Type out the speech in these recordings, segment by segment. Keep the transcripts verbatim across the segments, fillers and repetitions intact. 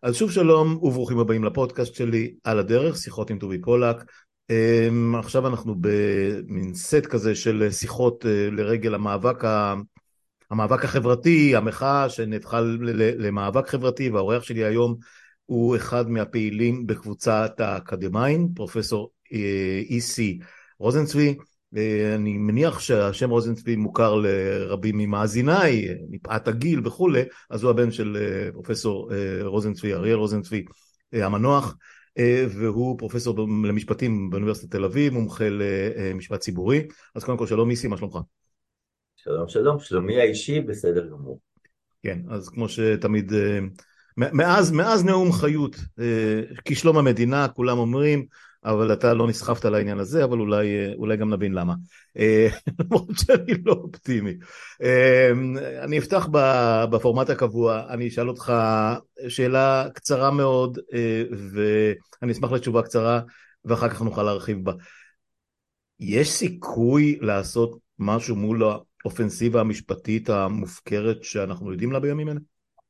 אז שוב שלום וברוכים הבאים לפודקאסט שלי על הדרך, שיחות עם טובי פולק. עכשיו אנחנו במין סט כזה של שיחות לרגל המאבק, המאבק החברתי, המחאה שנהפכה למאבק חברתי, והאורח שלי היום הוא אחד מהפעילים בקבוצת האקדמאים, פרופסור איסי רוזנצבי. אני מניח שהשם רוזנצבי מוכר לרבים ממאזיניי, מפאת הגיל וכו', אז הוא הבן של פרופסור רוזנצבי, אריאל רוזנצבי המנוח, והוא פרופסור למשפטים באוניברסיטת תל אביב, מומחה למשפט ציבורי. אז קודם כל שלום איסי, מה שלומך? שלום שלום, שלומי האישי בסדר גמור. כן, אז כמו שתמיד, מאז, מאז נאום חיות, כשלום המדינה, כולם אומרים, אבל אתה לא נסחפת לעניין הזה, אבל אולי, אולי גם נבין למה. למרות שאני לא אופטימי. אני אפתח בפורמט הקבוע, אני אשאל אותך שאלה קצרה מאוד, ואני אשמח לתשובה קצרה, ואחר כך נוכל להרחיב בה. יש סיכוי לעשות משהו מול האופנסיבה המשפטית המופקרת שאנחנו יודעים לה בימים אלה?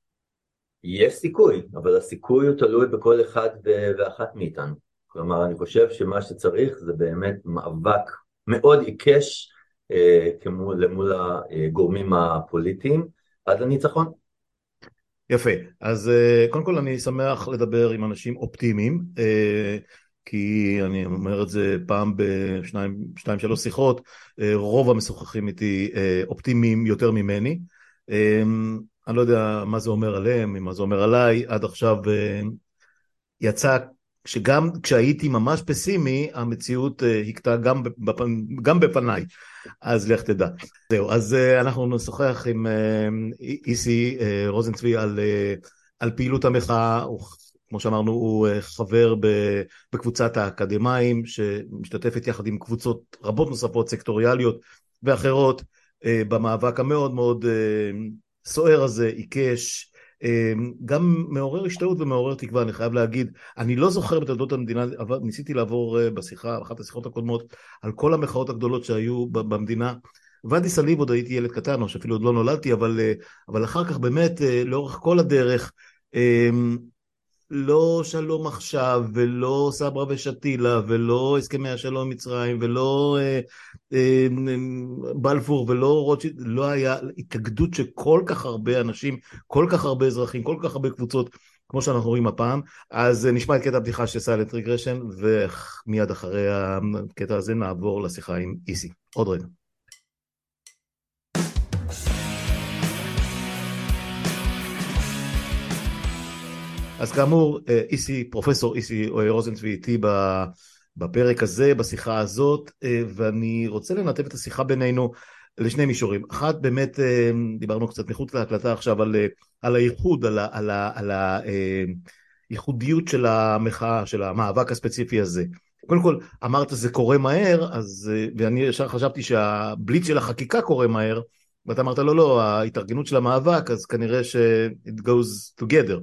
יש סיכוי, אבל הסיכוי הוא תלוי בכל אחד ואחת מאיתנו. כלומר, אני חושב שמה שצריך זה באמת מאבק מאוד עיקש אה, כמו למול הגורמים הפוליטיים עד לניצחון. יפה, אז קודם כל אני שמח לדבר עם אנשים אופטימיים, כי אני אומר את זה פעם בשניים, שתיים, שלוש שיחות, רוב המשוחחים איתי אופטימיים יותר ממני. אני לא יודע מה זה אומר עליהם, מה זה אומר עליי. עד עכשיו יצא שגם כשהייתי ממש פסימי, המציאות הכתה גם, גם בפניי. אז לך תדע. זהו, אז אנחנו נשוחח עם איסי רוזנצבי על, על פעילות המחאה. הוא, כמו שאמרנו, הוא חבר בקבוצת האקדמאים, שמשתתפת יחד עם קבוצות רבות נוספות, סקטוריאליות ואחרות, במאבק המאוד מאוד סוער הזה, עיקש, גם מעורר השתאות ומעורר תקווה. אני חייב להגיד, אני לא זוכר בתולדות המדינה, אבל ניסיתי לעבור בשיחה, אחת השיחות הקודמות, על כל המחאות הגדולות שהיו במדינה. ואדי סאליב עוד הייתי ילד קטן, או שאפילו עוד לא נולדתי, אבל, אבל אחר כך באמת, לאורך כל הדרך, לא שלום עכשיו, ולא סברה ושתילה, ולא הסכמי השלום עם מצרים, ולא אה, אה, בלפור, ולא רוטשילד, לא היה התאגדות של כל כך הרבה אנשים, כל כך הרבה אזרחים, כל כך הרבה קבוצות, כמו שאנחנו רואים הפעם. אז נשמע את קטע הבדיחה של סיילנט רגרשן, ומיד אחרי הקטע הזה נעבור לשיחה עם איסי. עוד רגע. אז כאמור, איסי, פרופסור איסי רוזנצבי איתי בפרק הזה, בשיחה הזאת, ואני רוצה לנתב את השיחה בינינו לשני מישורים. אחת, באמת דיברנו קצת מחוץ להקלטה עכשיו על, על הייחוד, על, על, על הייחודיות של המחאה, של המאבק הספציפי הזה. קודם כל, אמרת זה קורה מהר, אז, ואני ישר חשבתי שהבליץ של החקיקה קורה מהר, ואתה אמרת לא, לא, ההתארגנות של המאבק, אז כנראה ש- it goes together.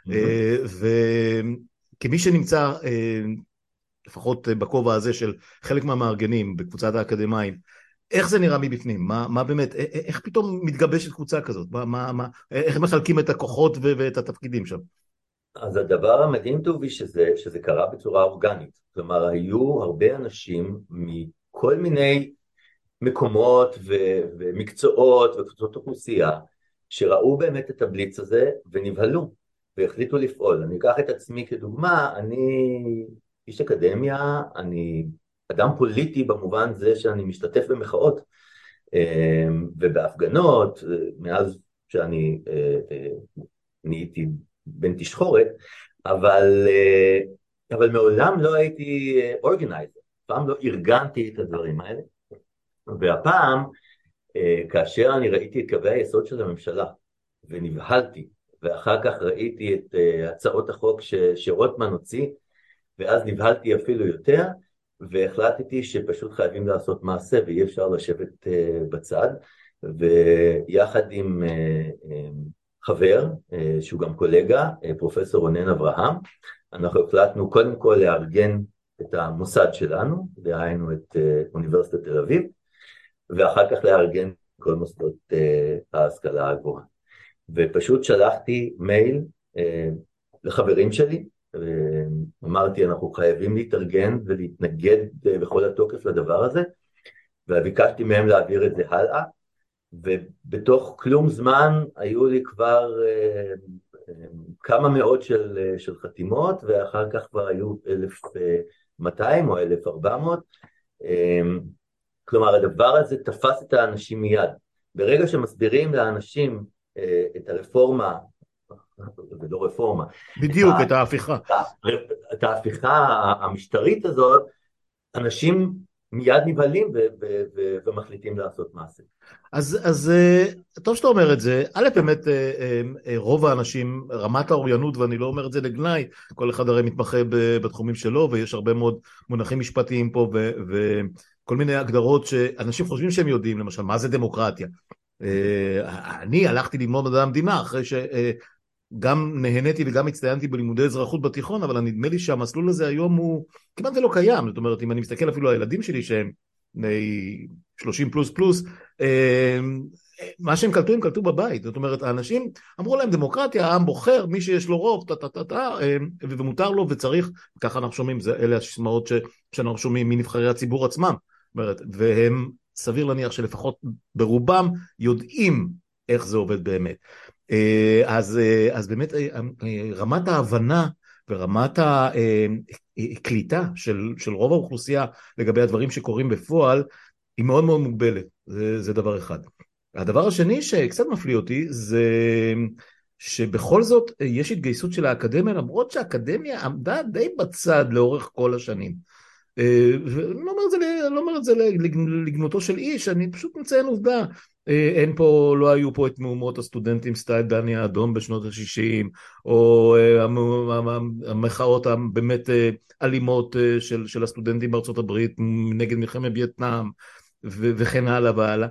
וכמי שנמצא לפחות בכובע הזה של חלק מהמארגנים בקבוצת האקדמאים, איך זה נראה מבפנים? מה, מה באמת, איך פתאום מתגבשת קבוצה כזאת? מה, מה, מה, איך מחלקים את הכוחות ואת התפקידים שם? אז הדבר המדהים טובי שזה, שזה קרה בצורה אורגנית. כלומר, היו הרבה אנשים מכל מיני מקומות ו- ומקצועות וקבוצות אוכלוסייה, שראו באמת את הבליץ הזה ונבהלו. והחליטו לפעול. אני אקח את עצמי כדוגמה, אני איש אקדמיה, אני אדם פוליטי במובן זה שאני משתתף במחאות ובהפגנות, מאז שאני נהייתי בן תשחורת, אבל, אבל מעולם לא הייתי אורגנייזר, פעם לא ארגנתי את הדברים האלה, והפעם, כאשר אני ראיתי את קווי היסוד של הממשלה, ונבהלתי, ואחר כך ראיתי את uh, הצעות החוק ש, שרוטמן הוציא, ואז נבהלתי אפילו יותר, והחלטתי שפשוט חייבים לעשות מעשה, ואי אפשר לשבת uh, בצד, ויחד עם uh, um, חבר, uh, שהוא גם קולגה, uh, פרופסור רונן אברהם, אנחנו החלטנו קודם כל לארגן את המוסד שלנו, דהיינו את uh, אוניברסיטת תל אביב, ואחר כך לארגן כל מוסדות uh, ההשכלה הגבוהה. ופשוט שלחתי מייל אה, לחברים שלי, אמרתי אנחנו חייבים להתארגן ולהתנגד בכל התוקף לדבר הזה, וביקשתי מהם להעביר את זה הלאה, ובתוך כלום זמן היו לי כבר כמה מאות של, של חתימות, ואחר כך כבר היו אלף ומאתיים או אלף וארבע מאות, כלומר הדבר הזה תפס את האנשים מיד. ברגע שמסבירים לאנשים את הרפורמה, ולא רפורמה, בדיוק, את, את ההפיכה. את ההפיכה המשטרית הזאת, אנשים מיד נבהלים ו- ו- ו- ומחליטים לעשות מעשה. אז, אז טוב שאתה אומר את זה. א', באמת רוב האנשים, רמת האוריינות, ואני לא אומר את זה לגנאי, כל אחד הרי מתמחה בתחומים שלו, ויש הרבה מאוד מונחים משפטיים פה, ו- וכל מיני הגדרות שאנשים חושבים שהם יודעים, למשל, מה זה דמוקרטיה. אני הלכתי ללמוד מדעי המדינה, אחרי שגם נהניתי וגם הצטיינתי בלימודי אזרחות בתיכון, אבל נדמה לי שהמסלול הזה היום הוא כמעט ולא קיים. זאת אומרת, אם אני מסתכל אפילו על הילדים שלי שהם בני שלושים פלוס פלוס, מה שהם קלטו הם קלטו בבית. זאת אומרת, האנשים אמרו להם דמוקרטיה, העם בוחר, מי שיש לו רוב, טה-טה-טה-טה, ומותר לו וצריך, ככה אנחנו שומעים, אלה השמעות שאנחנו שומעים מנבחרי הציבור עצמם. זאת אומרת, והם סביר להניח שלפחות ברובם יודעים איך זה עובד באמת. אז, אז באמת רמת ההבנה ורמת הקליטה של, של רוב האוכלוסייה לגבי הדברים שקורים בפועל היא מאוד מאוד מוגבלת. זה, זה דבר אחד. הדבר השני שקצת מפליא אותי זה שבכל זאת יש התגייסות של האקדמיה, למרות שהאקדמיה עמדה די בצד לאורך כל השנים. ואני לא אומר את זה, לא אומר את זה לגנותו של איש, אני פשוט מציין עובדה. אין פה, לא היו פה את מהומות הסטודנטים סטייל דני האדום בשנות ה-שישים, או המחאות הבאמת אלימות של, של הסטודנטים בארצות הברית נגד מלחמת וייטנאם, וכן הלאה והלאה.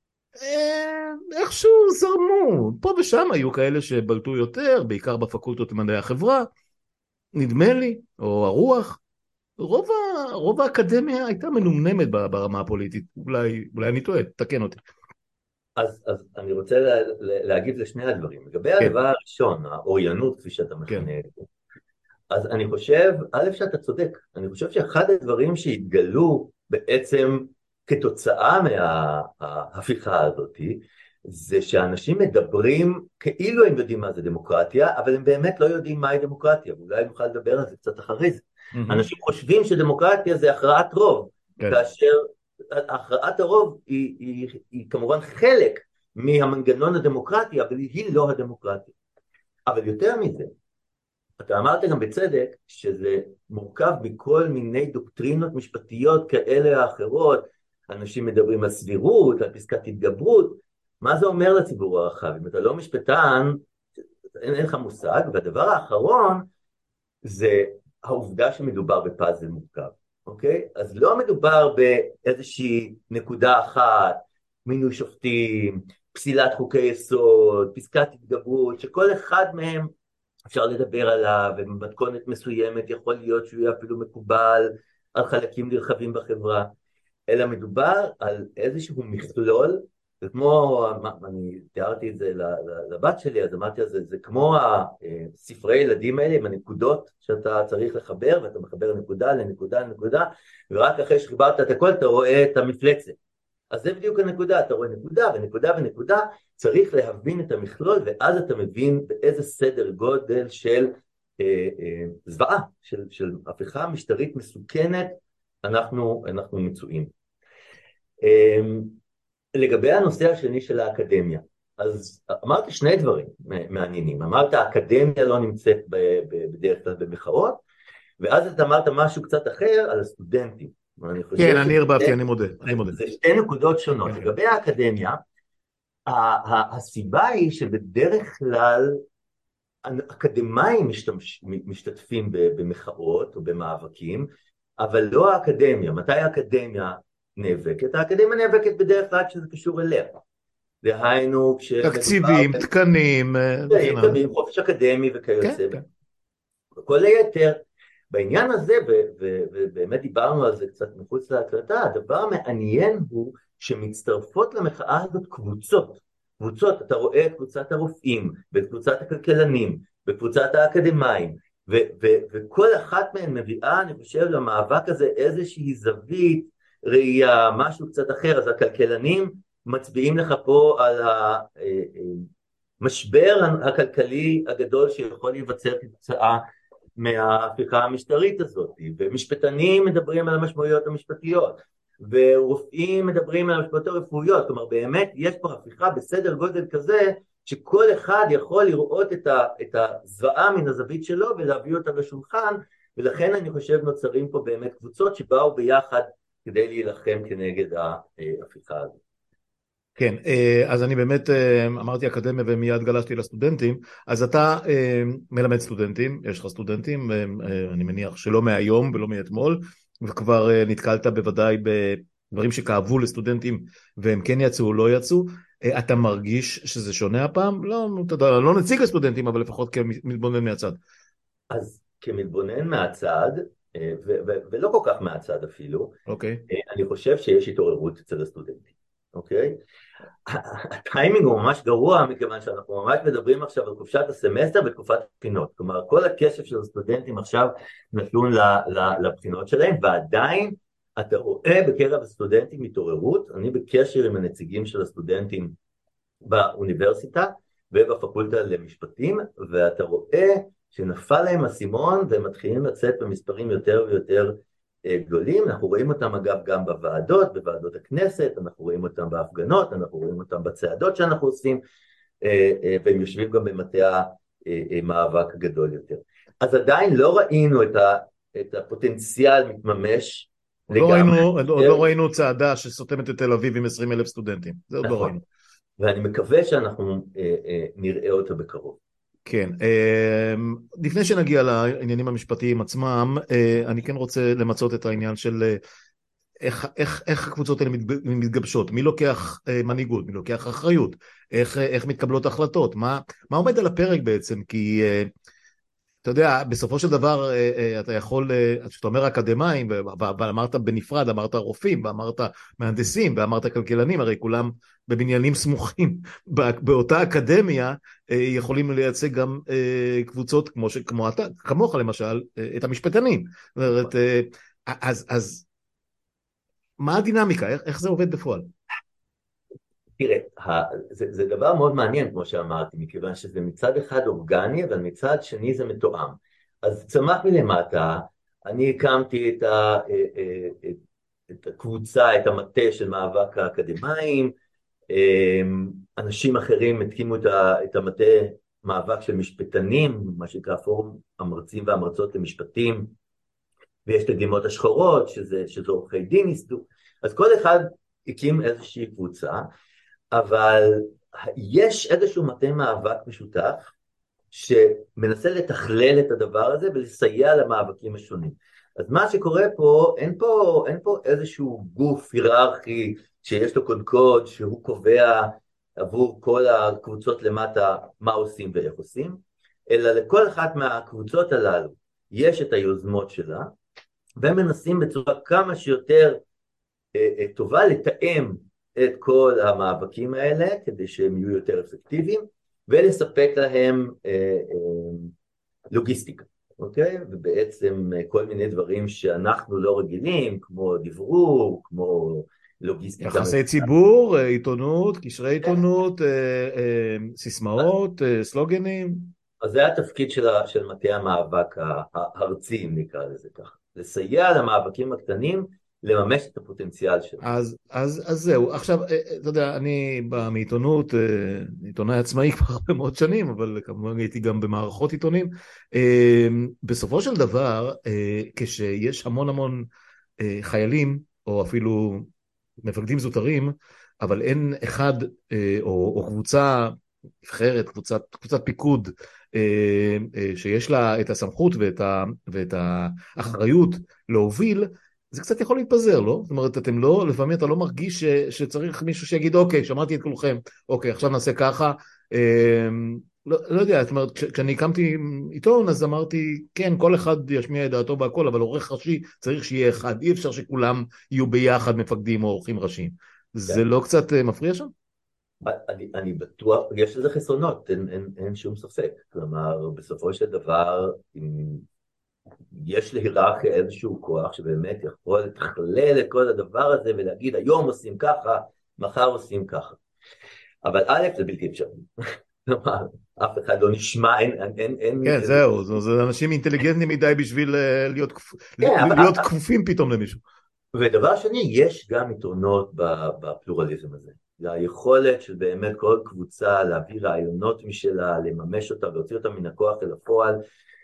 איכשהו זרמו, פה ושם היו כאלה שבלטו יותר, בעיקר בפקולטות למדעי החברה, נדמה לי, או הרוח. רוב, רוב האקדמיה הייתה מנומנמת ברמה הפוליטית, אולי, אולי אני טועה, תקן אותי. אז, אז אני רוצה לה, להגיב לשני הדברים. לגבי כן. הדבר הראשון, האוריינות, כפי שאתה מכנה, כן. אז אני חושב, א', שאתה צודק, אני חושב שאחד הדברים שהתגלו בעצם כתוצאה מההפיכה הזאת, זה שאנשים מדברים כאילו הם יודעים מה זה דמוקרטיה, אבל הם באמת לא יודעים מהי דמוקרטיה, ואולי נוכל לדבר על זה קצת אחרי זה. Mm-hmm. אנשים חושבים שדמוקרטיה זה הכרעת רוב, כן. כאשר הכרעת הרוב היא, היא, היא, היא כמובן חלק מהמנגנון הדמוקרטי, אבל היא לא הדמוקרטיה. אבל יותר מזה, אתה אמרת גם בצדק שזה מורכב מכל מיני דוקטרינות משפטיות כאלה או אחרות, אנשים מדברים על סבירות, על פסקת התגברות, מה זה אומר לציבור הרחב? אם אתה לא משפטן, אין, אין לך מושג, והדבר האחרון זה העובדה שמדובר בפאזל מורכב. אוקיי? אז לא מדובר באיזושהי נקודה אחת, מינוי שופטים, פסילת חוקי יסוד, פסקת התגברות, שכל אחד מהם אפשר לדבר עליו, ובמתכונת מסוימת יכול להיות שהוא יהיה אפילו מקובל על חלקים נרחבים בחברה, אלא מדובר על איזשהו מכלול, זה כמו, אני תיארתי את זה לבת שלי, אז אמרתי על זה, זה כמו הספרי ילדים האלה עם הנקודות שאתה צריך לחבר, ואתה מחבר נקודה לנקודה לנקודה, ורק אחרי שחיברת את הכל אתה רואה את המפלצת. אז זה בדיוק הנקודה, אתה רואה נקודה ונקודה ונקודה, צריך להבין את המכלול, ואז אתה מבין באיזה סדר גודל של אה, אה, זוועה, של, של הפיכה משטרית מסוכנת, אנחנו, אנחנו מצויים. אה, לגבי הנושא השני של האקדמיה, אז אמרת שני דברים מעניינים, אמרת האקדמיה לא נמצאת בדרך כלל במחאות, ואז אתה אמרת משהו קצת אחר על הסטודנטים. כן, אני הרבבתי, אני מודה. זה שתי נקודות שונות. לגבי האקדמיה, הסיבה היא שבדרך כלל אקדמאים משתתפים במחאות או במאבקים, אבל לא האקדמיה. מתי האקדמיה נאבקת? האקדמיה נאבקת בדרך כלל כשזה קשור אליה. דהיינו, תקציבים, תקנים, תקנים, חופש אקדמי וכיוצא. וכל היתר, בעניין הזה, ובאמת דיברנו על זה קצת מחוץ להקלטה, הדבר המעניין הוא שמצטרפות למחאה הזאת קבוצות, קבוצות, אתה רואה את קבוצת הרופאים, ואת קבוצת הכלכלנים, וקבוצת האקדמאים, ו- ו- וכל אחת מהן מביאה, אני חושב, למאבק הזה איזושהי זווית, ראייה, משהו קצת אחר. אז הכלכלנים מצביעים לך פה על המשבר הכלכלי הגדול שיכול להיווצר כתוצאה מההפיכה המשטרית הזאת, ומשפטנים מדברים על המשמעויות המשפטיות, ורופאים מדברים על המשמעויות הרפואיות. כלומר באמת יש פה הפיכה בסדר גודל כזה, שכל אחד יכול לראות את, ה, את הזוועה מן הזווית שלו ולהביא אותה לשולחן, ולכן אני חושב נוצרים פה באמת קבוצות שבאו ביחד כדי להילחם כנגד ההפיכה הזאת. כן, אז אני באמת אמרתי אקדמיה ומיד גלשתי לסטודנטים. אז אתה מלמד סטודנטים, יש לך סטודנטים, אני מניח שלא מהיום ולא מאתמול, וכבר נתקלת בוודאי בדברים שכאבו לסטודנטים והם כן יצאו או לא יצאו. אתה מרגיש שזה שונה הפעם? לא, אתה לא נציג לסטודנטים, אבל לפחות כמתבונן מהצד. אז כמתבונן מהצד, ו- ו- ולא כל כך מהצד אפילו, אוקיי. אני חושב שיש התעוררות אצל הסטודנטים. אוקיי? הטיימינג הוא ממש גרוע, מכיוון שאנחנו ממש מדברים עכשיו על חופשת הסמסטר ותקופת הבחינות. כלומר, כל הקשב של הסטודנטים עכשיו נתון לבחינות שלהם, ועדיין אתה רואה בקרב הסטודנטים התעוררות. אני בקשר עם הנציגים של הסטודנטים באוניברסיטה ובפקולטה למשפטים, ואתה רואה שנפל להם הסימון והם מתחילים לצאת במספרים יותר ויותר גדולים. אנחנו רואים אותם אגב גם בוועדות, בוועדות הכנסת, אנחנו רואים אותם בהפגנות, אנחנו רואים אותם בצעדות שאנחנו עושים, והם יושבים גם במטה המאבק הגדול יותר. אז עדיין לא ראינו את, ה, את הפוטנציאל מתממש לא ראינו, עוד לא ראינו צעדה שסותמת את תל אביב עם עשרים אלף סטודנטים, זה עוד לא ראינו. ואני מקווה שאנחנו נראה אותו בקרוב. כן, לפני שנגיע לעניינים המשפטיים עצמם, אני כן רוצה למצות את העניין של איך, איך, איך הקבוצות האלה מתגבשות, מי לוקח מנהיגות, מי לוקח אחריות, איך, איך מתקבלות החלטות, מה, מה עומד על הפרק בעצם, כי אתה יודע, בסופו של דבר אתה יכול, כשאתה אומר אקדמיים, ואמרת בנפרד, אמרת רופאים, ואמרת מהנדסים, ואמרת כלכלנים, הרי כולם בבניינים סמוכים, באותה אקדמיה יכולים לייצג גם קבוצות כמו, כמו אתה, כמוך למשל, את המשפטנים. זאת אומרת, אז, אז מה הדינמיקה? איך, איך זה עובד בפועל? תראה, זה, זה דבר מאוד מעניין, כמו שאמרתי, מכיוון שזה מצד אחד אורגני, אבל מצד שני זה מתואם. אז צמח מלמטה, אני הקמתי את, ה, את, את הקבוצה, את המטה של מאבק האקדמיים, אנשים אחרים התקימו את המטה מאבק של משפטנים, מה שנקרא פורום המרצים והמרצות למשפטים, ויש את הדימות השחורות, שזה, שזה עורכי דין ייסדו. אז כל אחד הקים איזושהי קבוצה, אבל יש איזשהו מטה מאבק משותף, שמנסה לתכלל את הדבר הזה, ולסייע למאבקים השונים. אז מה שקורה פה, אין פה, אין פה איזשהו גוף היררכי, שיש לו קודקוד, שהוא קובע עבור כל הקבוצות למטה, מה עושים ואיך עושים, אלא לכל אחת מהקבוצות הללו, יש את היוזמות שלה, והם מנסים בצורה כמה שיותר אה, אה, טובה, לתאם את כל המאבקים האלה, כדי שהם יהיו יותר אפקטיביים, ולספק להם אה, אה, לוגיסטיקה, אוקיי? ובעצם אה, כל מיני דברים שאנחנו לא רגילים, כמו דברור, כמו לוגיסטיקה. יחסי ציבור, עיתונות, קשרי עיתונות, סיסמאות, סלוגנים. אז זה התפקיד של, של מטה המאבק הארצי, נקרא לזה ככה. לסייע למאבקים הקטנים, לממש את הפוטנציאל שלו. אז, אז, אז זהו. עכשיו, אתה יודע, אני בא מעיתונות, עיתונאי עצמאי כבר הרבה מאוד שנים, אבל כמובן הייתי גם במערכות עיתונים. בסופו של דבר, כשיש המון המון חיילים, או אפילו מפקדים זוטרים, אבל אין אחד או, או קבוצה נבחרת, קבוצת, קבוצת פיקוד שיש לה את הסמכות ואת, ה, ואת האחריות להוביל, זה קצת יכול להתפזר, לא? זאת אומרת, אתם לא, לפעמים אתה לא מרגיש ש, שצריך מישהו שיגיד, אוקיי, שמעתי את כולכם, אוקיי, עכשיו נעשה ככה. לא, לא יודע, זאת אומרת, כשאני הקמתי עיתון, אז אמרתי, כן, כל אחד ישמיע את דעתו בהכל, אבל עורך ראשי צריך שיהיה אחד, אי אפשר שכולם יהיו ביחד מפקדים או עורכים ראשיים. זה לא קצת מפריע שם? אני, אני בטוח, יש לזה חסרונות, אין, אין, אין שום ספק. כלומר, בסופו של דבר, אם יש להיררכיה איזשהו כוח שבאמת יכול לתכלל את כל הדבר הזה ולהגיד היום עושים ככה, מחר עושים ככה. אבל א' זה בלתי אפשרי. כלומר, אף אחד לא נשמע, אין, אין, אין כן, איזה... זהו, זה, זה אנשים אינטליגנטים מדי בשביל uh, להיות, כפ... כן, אבל, להיות כפופים פתאום למישהו. ודבר שני, יש גם יתרונות בפלורליזם הזה. זה היכולת של באמת כל קבוצה להביא רעיונות משלה, לממש אותה, להוציא אותה מן הכוח אל הפועל.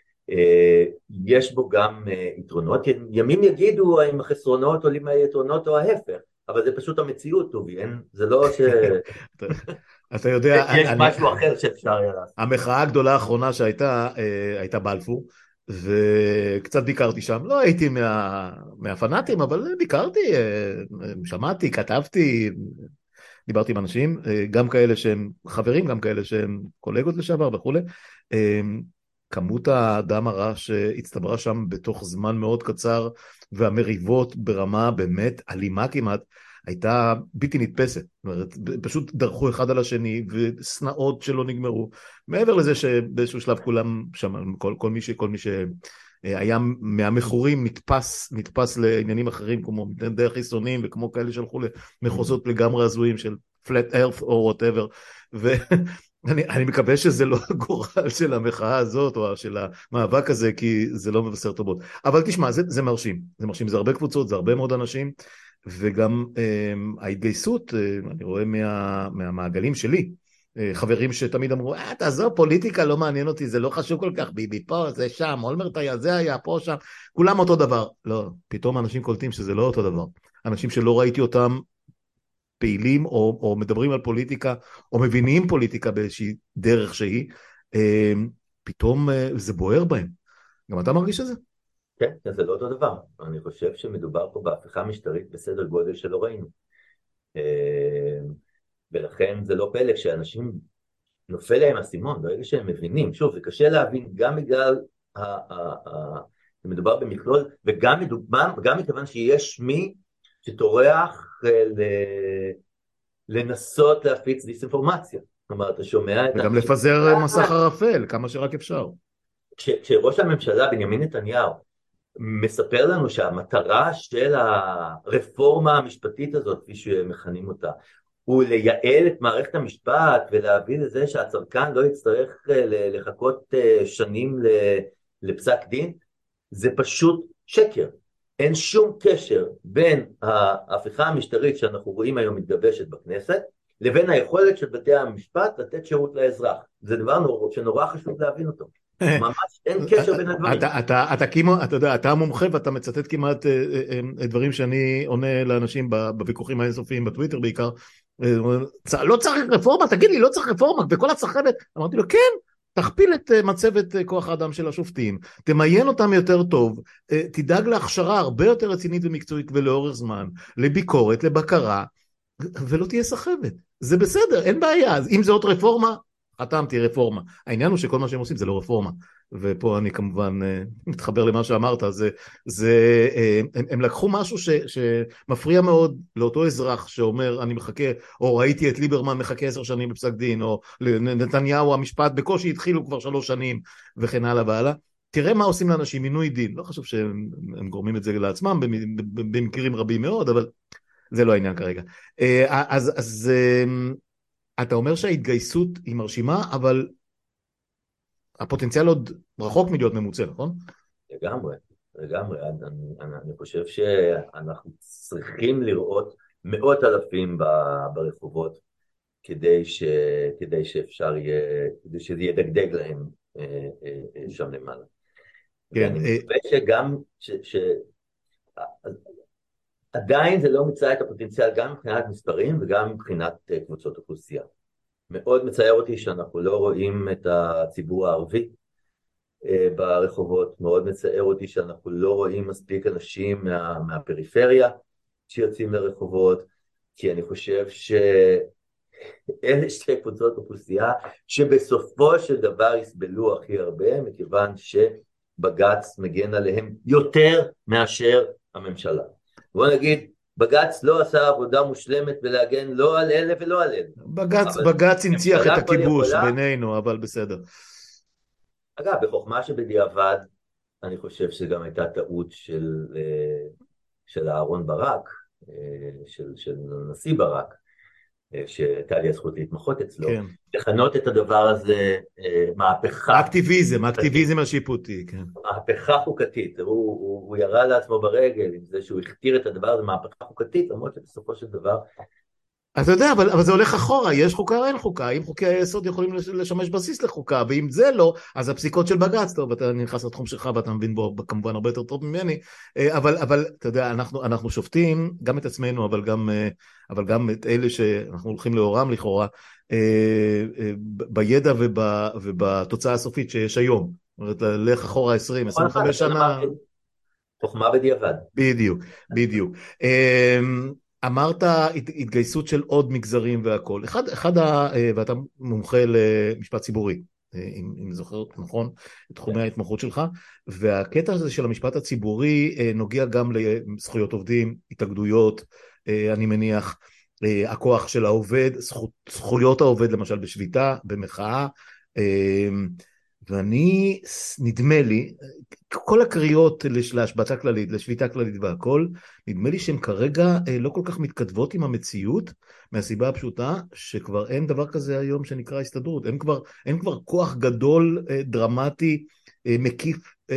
יש בו גם יתרונות. ימים יגידו האם החסרונות עולים מהיתרונות או ההפך, אבל זה פשוט המציאות, טובי, אין, זה לא ש... אתה, אתה יודע, יש אני, משהו אחר שאפשר היה לעשות. המחאה הגדולה האחרונה שהייתה, הייתה בלפור, וקצת ביקרתי שם, לא הייתי מה, מהפנאטים, אבל ביקרתי, שמעתי, כתבתי, דיברתי עם אנשים, גם כאלה שהם חברים, גם כאלה שהם קולגות לשעבר וכו'. כמות האדם הרע שהצטברה שם בתוך זמן מאוד קצר, והמריבות ברמה באמת אלימה כמעט, הייתה בלתי נתפסת. זאת אומרת, פשוט דרכו אחד על השני, וסנאות שלא נגמרו. מעבר לזה שבאיזשהו שלב כולם שם, כל, כל מי ש... כל מי ש... היה מהמכורים נתפס, נתפס לעניינים אחרים, כמו דרך חיסונים, וכמו כאלה שהלכו למחוזות לגמרי הזויים של flat earth או whatever, ואני אני מקווה שזה לא הגורל של המחאה הזאת, או של המאבק הזה, כי זה לא מבשר טובות. אבל תשמע, זה, זה מרשים, זה מרשים, זה הרבה קבוצות, זה הרבה מאוד אנשים, וגם אה, ההתגייסות, אה, אני רואה מה, מהמעגלים שלי, חברים שתמיד אמרו, אה, תעזור, פוליטיקה לא מעניין אותי, זה לא חשוב כל כך, ביבי פה, זה שם, אולמרט היה, זה היה, פה, שם, כולם אותו דבר. לא, פתאום אנשים קולטים שזה לא אותו דבר. אנשים שלא ראיתי אותם פעילים, או, או מדברים על פוליטיקה, או מבינים פוליטיקה באיזושהי דרך שהיא, פתאום זה בוער בהם. גם אתה מרגיש את זה? כן, זה לא אותו דבר. אני חושב שמדובר פה בהפיכה משטרית בסדר גודל שלא ראינו. ולכן זה לא פלא שאנשים נופל להם הסימון, ברגע שהם מבינים, שוב, זה קשה להבין גם בגלל, מדובר במכלול, וגם מדובר, גם מכיוון שיש מי שטורח לנסות להפיץ דיסאינפורמציה. כלומר, אתה שומע את... וגם לפזר מסך ערפל, כמה שרק אפשר. כשראש הממשלה בנימין נתניהו מספר לנו שהמטרה של הרפורמה המשפטית הזאת, כפי שמכנים אותה, הוא לייעל את מערכת המשפט ולהביא לזה שהצרכן לא יצטרך לחכות שנים לפסק דין, זה פשוט שקר. אין שום קשר בין ההפיכה המשטרית שאנחנו רואים היום מתגבשת בכנסת, לבין היכולת של בתי המשפט לתת שירות לאזרח. זה דבר שנורא חשוב להבין אותו. ממש אין קשר בין הדברים. אתה, אתה, אתה, אתה יודע, אתה המומחה ואתה מצטט כמעט דברים שאני עונה לאנשים בוויכוחים האינסופיים בטוויטר בעיקר, לא צריך רפורמה, תגיד לי, לא צריך רפורמה, וכל הצחבת, אמרתי לו, כן, תכפיל את מצבת כוח האדם של השופטים, תמיין אותם יותר טוב, תדאג להכשרה הרבה יותר רצינית ומקצועית ולאורך זמן, לביקורת, לבקרה, ולא תהיה סחבת. זה בסדר, אין בעיה. אז אם זה עוד רפורמה, חתמתי רפורמה. העניין הוא שכל מה שהם עושים זה לא רפורמה. ופה אני כמובן מתחבר למה שאמרת, זה, זה, הם, הם לקחו משהו ש, שמפריע מאוד לאותו אזרח שאומר, אני מחכה, או ראיתי את ליברמן מחכה עשר שנים בפסק דין, או נתניהו המשפט בקושי התחילו כבר שלוש שנים, וכן הלאה והלאה. תראה מה עושים לאנשים, מינוי דין. לא חשוב שהם גורמים את זה לעצמם, במקרים רבים מאוד, אבל זה לא העניין כרגע. אז, אז אתה אומר שההתגייסות היא מרשימה, אבל הפוטנציאל עוד רחוק מלהיות ממוצע, נכון? לגמרי, לגמרי. אני, אני, אני חושב שאנחנו צריכים לראות מאות אלפים ברחובות, כדי, ש, כדי שאפשר יהיה, כדי שזה ידגדג להם שם למעלה. כן. ואני מקווה שגם, ש, ש, עדיין זה לא מצא את הפוטנציאל גם מבחינת מספרים וגם מבחינת קבוצות אוכלוסייה. מאוד מצער אותי שאנחנו לא רואים את הציבור הערבי ברחובות, מאוד מצער אותי שאנחנו לא רואים מספיק אנשים מה, מהפריפריה שיוצאים לרחובות, כי אני חושב שאלה שתי קבוצות אוכלוסייה שבסופו של דבר יסבלו הכי הרבה, מכיוון שבג"ץ מגן עליהם יותר מאשר הממשלה. בוא נגיד, בג"ץ לא עשה עבודה מושלמת בלהגן לא על אלה ולא על אלה. בג"ץ, אבל בג"ץ הנציח את ממשלה כבר הכיבוש יכולה, בינינו, אבל בסדר. אגב, בחוכמה שבדיעבד, אני חושב שגם הייתה טעות של, אה, של אהרון ברק, אה, של, של נשיא ברק, אה, שהייתה לי הזכות להתמחות אצלו, כן. לכנות את הדבר הזה אה, מהפכה. האקטיביזם, האקטיביזם השיפוטי, כן. מהפכה חוקתית, הוא, הוא, הוא ירה לעצמו ברגל עם זה שהוא הכתיר את הדבר הזה מהפכה חוקתית, למרות שבסופו של דבר אתה יודע, אבל, אבל זה הולך אחורה, יש חוקה או אין חוקה, אם חוקי היסוד יכולים לשמש בסיס לחוקה, ואם זה לא, אז הפסיקות של בג"ץ, טוב, אתה נכנס לתחום שלך ואתה מבין בו כמובן הרבה יותר טוב ממני, אבל, אבל אתה יודע, אנחנו, אנחנו שופטים גם את עצמנו, אבל גם, אבל גם את אלה שאנחנו הולכים לאורם לכאורה, בידע וב, ובתוצאה הסופית שיש היום, זאת אומרת, לך אחורה עשרים, עשרים וחמש שנה. חוכמה בדיעבד. בדיוק, בדיוק. אמרת התגייסות של עוד מגזרים והכל. אחד, אחד ה... ואתה מומחה למשפט ציבורי, אם, אם זוכר נכון, את תחומי ההתמחות שלך, והקטע הזה של המשפט הציבורי נוגע גם לזכויות עובדים, התאגדויות, אני מניח, הכוח של העובד, זכות, זכויות העובד למשל בשביתה, במחאה, ואני, נדמה לי, כל הקריאות להשבתה כללית, לשביתה כללית והכל, נדמה לי שהן כרגע לא כל כך מתכתבות עם המציאות, מהסיבה הפשוטה שכבר אין דבר כזה היום שנקרא הסתדרות, אין כבר, אין כבר כוח גדול, דרמטי, מקיף,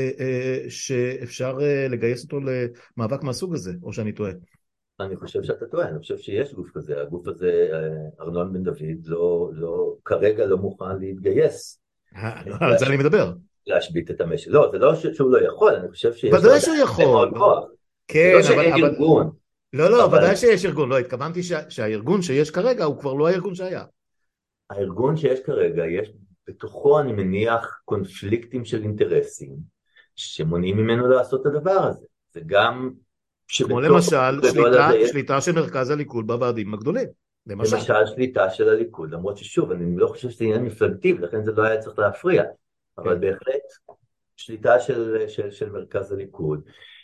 שאפשר לגייס אותו למאבק מהסוג הזה, או שאני טועה. אני חושב שאתה טועה, אני חושב שיש גוף כזה, הגוף הזה, ארנון בן דוד, לא, לא, כרגע לא מוכן להתגייס. על זה אני מדבר. להשבית את המשק. לא, זה לא שהוא לא יכול, אני חושב שיש ודאי שהוא יכול. כן, זה לא שאין ארגון. לא, לא, ודאי שיש ארגון. לא, התכוונתי שהארגון שיש כרגע הוא כבר לא הארגון שהיה. הארגון שיש כרגע, יש בתוכו, אני מניח, קונפליקטים של אינטרסים, שמונעים ממנו לעשות את הדבר הזה. זה גם כמו למשל, שליטה, שליטה של מרכז הליכוד בוועדים הגדולים. למשל. למשל שליטה של הליכוד, למרות ששוב, אני לא חושב שזה עניין מפלגתי, ולכן זה לא היה צריך להפריע, אבל בהחלט שליטה של, של, של מרכז הליכוד,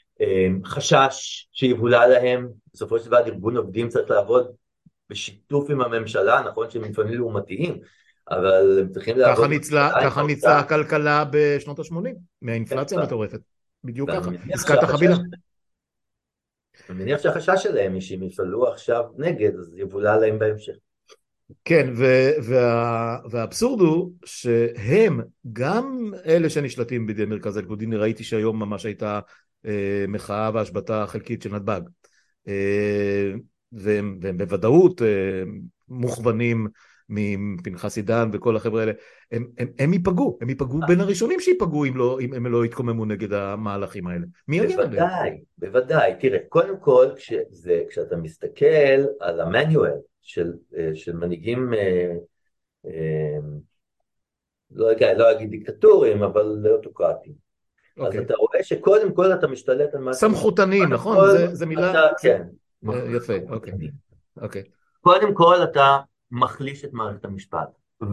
חשש שיבולה להם, בסופו של דבר ארגון עובדים צריך לעבוד בשיתוף עם הממשלה, נכון שהם מפעלים לעומתיים, אבל הם צריכים לעבוד... ככה ניצלה, ככה ניצלה הכלכלה בשנות ה-שמונים, מהאינפלציה המטורפת. בדיוק ככה, עסקת החבילה. אני מניח שהחשש שלהם היא שהם יפעלו עכשיו נגד, אז יבולה להם בהמשך. כן, וה, והאבסורד הוא שהם, גם אלה שנשלטים בידי מרכז הליכוד, אני ראיתי שהיום ממש הייתה אה, מחאה והשבתה חלקית של נתב"ג, אה, והם, והם בוודאות אה, מוכוונים מפנחס עידן וכל החבר'ה האלה, הם, הם, הם ייפגעו, הם ייפגעו בין הראשונים שיפגעו אם, לא, אם הם לא יתקוממו נגד המהלכים האלה. מי יגן עליהם? בוודאי, בוודאי. תראה, קודם כל, כשזה, כשאתה מסתכל על המנואל של, של מנהיגים, אה, אה, לא, לא אגיד דיקטטורים, אבל אוטוקרטיים. Okay. אז אתה רואה שקודם כל אתה משתלט על מה... סמכותנים, נכון? כל, זה, זה מילה... אתה, כן. יפה, אוקיי. אוקיי. קודם כל אתה מחליש את מערכת המשפט,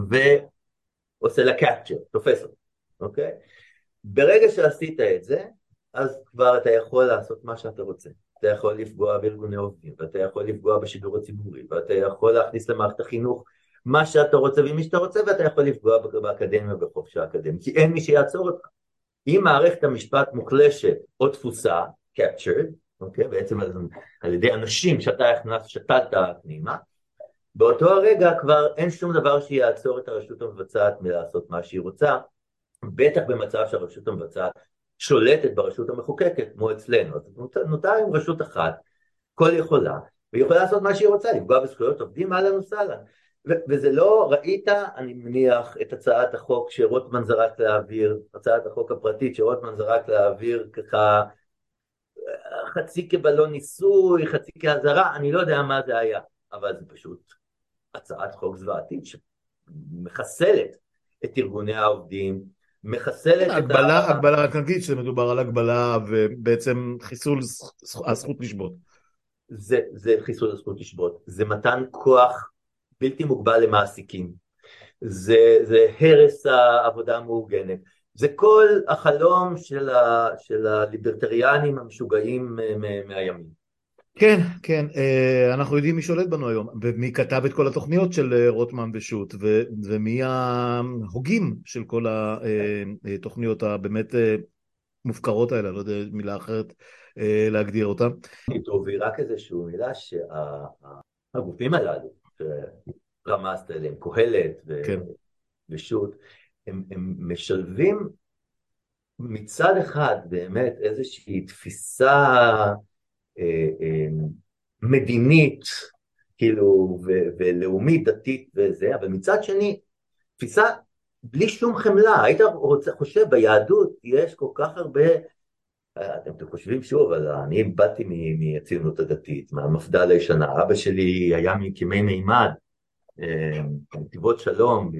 ועושה לה קפצ'ר, תופס אותו, אוקיי? ברגע שעשית את זה, אז כבר אתה יכול לעשות מה שאתה רוצה. אתה יכול לפגוע בארגוני עובדים, ואתה יכול לפגוע בשידור הציבורי, ואתה יכול להכניס למערכת החינוך מה שאתה רוצה ומי שאתה רוצה, ואתה יכול לפגוע באקדמיה ובחופש האקדמי, כי אין מי שיעצור אותך. אם מערכת המשפט מוחלשת או תפוסה, captured, אוקיי? בעצם על ידי אנשים שאתה הכנסת, שתלת פנימה, באותו הרגע כבר אין שום דבר שיעצור את הרשות המבצעת מלעשות מה שהיא רוצה, בטח במצב שהרשות המבצעת שולטת ברשות המחוקקת, כמו אצלנו. אז נותר עם רשות אחת, כל יכולה, והיא יכולה לעשות מה שהיא רוצה, לפגוע בזכויות עובדים, אהלן וסהלן. וזה לא, ראית, אני מניח, את הצעת החוק שרוטמן זרק להעביר, הצעת החוק הפרטית שרוטמן זרק להעביר ככה, חצי כבלון ניסוי, חצי כהזרה, אני לא יודע מה זה היה, אבל זה פשוט הצעת חוק זוועתית שמחסלת את ארגוני העובדים, מחסלת את ה... הגבלה, רק נגיד שמדובר על הגבלה ובעצם חיסול הזכות לשבות. זה, זה חיסול הזכות לשבות, זה מתן כוח בלתי מוגבל למעסיקים, זה, זה הרס העבודה המאורגנת, זה כל החלום של, ה, של הליברטריאנים המשוגעים מהימין. כן, כן, אה, אנחנו יודעים מי שולט בנו היום, ומי כתב את כל התוכניות של אה, רוטמן ושות', ו- ומי ההוגים של כל התוכניות הבאמת אה, מופקרות האלה, לא יודע מילה אחרת אה, להגדיר אותן. טוב, היא רק איזושהי מילה שהגופים הללו, שרמזת אליהם, קהלת ו- כן. ושות', הם, הם משלבים מצד אחד באמת איזושהי תפיסה אה, אה, מדינית, כאילו, ו- ולאומית דתית וזה, אבל מצד שני, תפיסה בלי שום חמלה. היית רוצה, חושב, ביהדות יש כל כך הרבה, אתם, אתם חושבים שוב, אבל אני באתי מ- מהציונות הדתית, מהמפד"ל הישנה, אבא שלי היה מקימי מימד, אה, נתיבות שלום,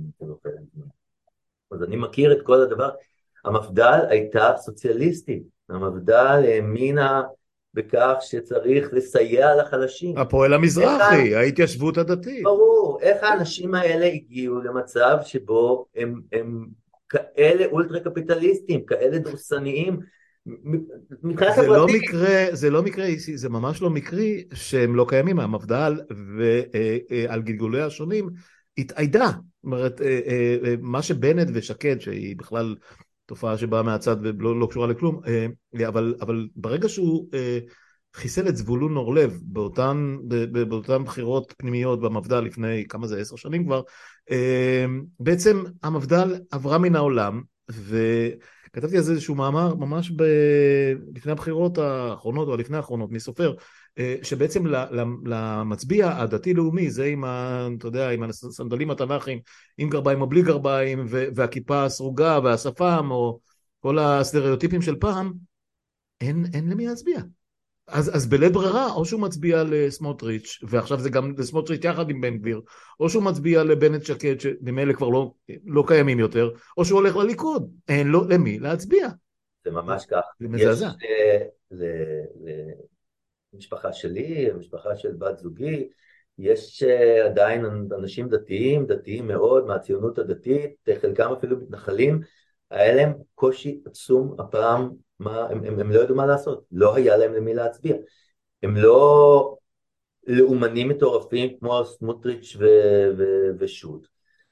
אז אני מכיר את כל הדבר. המפד"ל הייתה סוציאליסטית, המפד"ל האמינה בכך שצריך לסייע לחלשים. הפועל איך, המזרחי, ההתיישבות הדתית. ברור, איך האנשים האלה הגיעו למצב שבו הם, הם כאלה אולטרה קפיטליסטים, כאלה דורסניים, מבחינה זה לא חברתית. מקרה, זה לא מקרה, זה ממש לא מקרי שהם לא קיימים, המפד"ל ועל גלגוליה השונים התאיידה. זאת אומרת, אה, אה, אה, מה שבנט ושקד, שהיא בכלל תופעה שבאה מהצד ולא לא קשורה לכלום, אה, אבל, אבל ברגע שהוא אה, חיסל את זבולון אורלב באותן, ב- ב- באותן בחירות פנימיות במפד"ל לפני כמה זה, עשר שנים כבר, אה, בעצם המפד"ל עברה מן העולם, ו... כתבתי על זה איזשהו מאמר ממש ב... לפני הבחירות האחרונות או לפני האחרונות, מי סופר, אה, שבעצם למצביע הדתי-לאומי, זה עם, ה, אתה יודע, עם הסנדלים התנ"כיים, עם גרביים או בלי גרביים, ו... והכיפה הסרוגה והשפם, או כל הסטריאוטיפים של פעם, אין, אין למי להצביע. אז, אז בלית ברירה, או שהוא מצביע לסמוטריץ', ועכשיו זה גם לסמוטריץ' יחד עם בן גביר, או שהוא מצביע לבנט שקד, שממילא כבר לא, לא קיימים יותר, או שהוא הולך לליכוד. אין לו למי להצביע. זה ממש כך. זה מזעזע. יש אה, ל- למשפחה שלי, המשפחה של בת זוגי, יש אה, עדיין אנשים דתיים, דתיים מאוד, מהציונות הדתית, חלקם אפילו מתנחלים, היה להם קושי עצום הפעם, מה, הם, הם, הם לא ידעו מה לעשות, לא היה להם למי להצביע. הם לא לאומנים מטורפים כמו סמוטריץ' ו- ו- ושות'.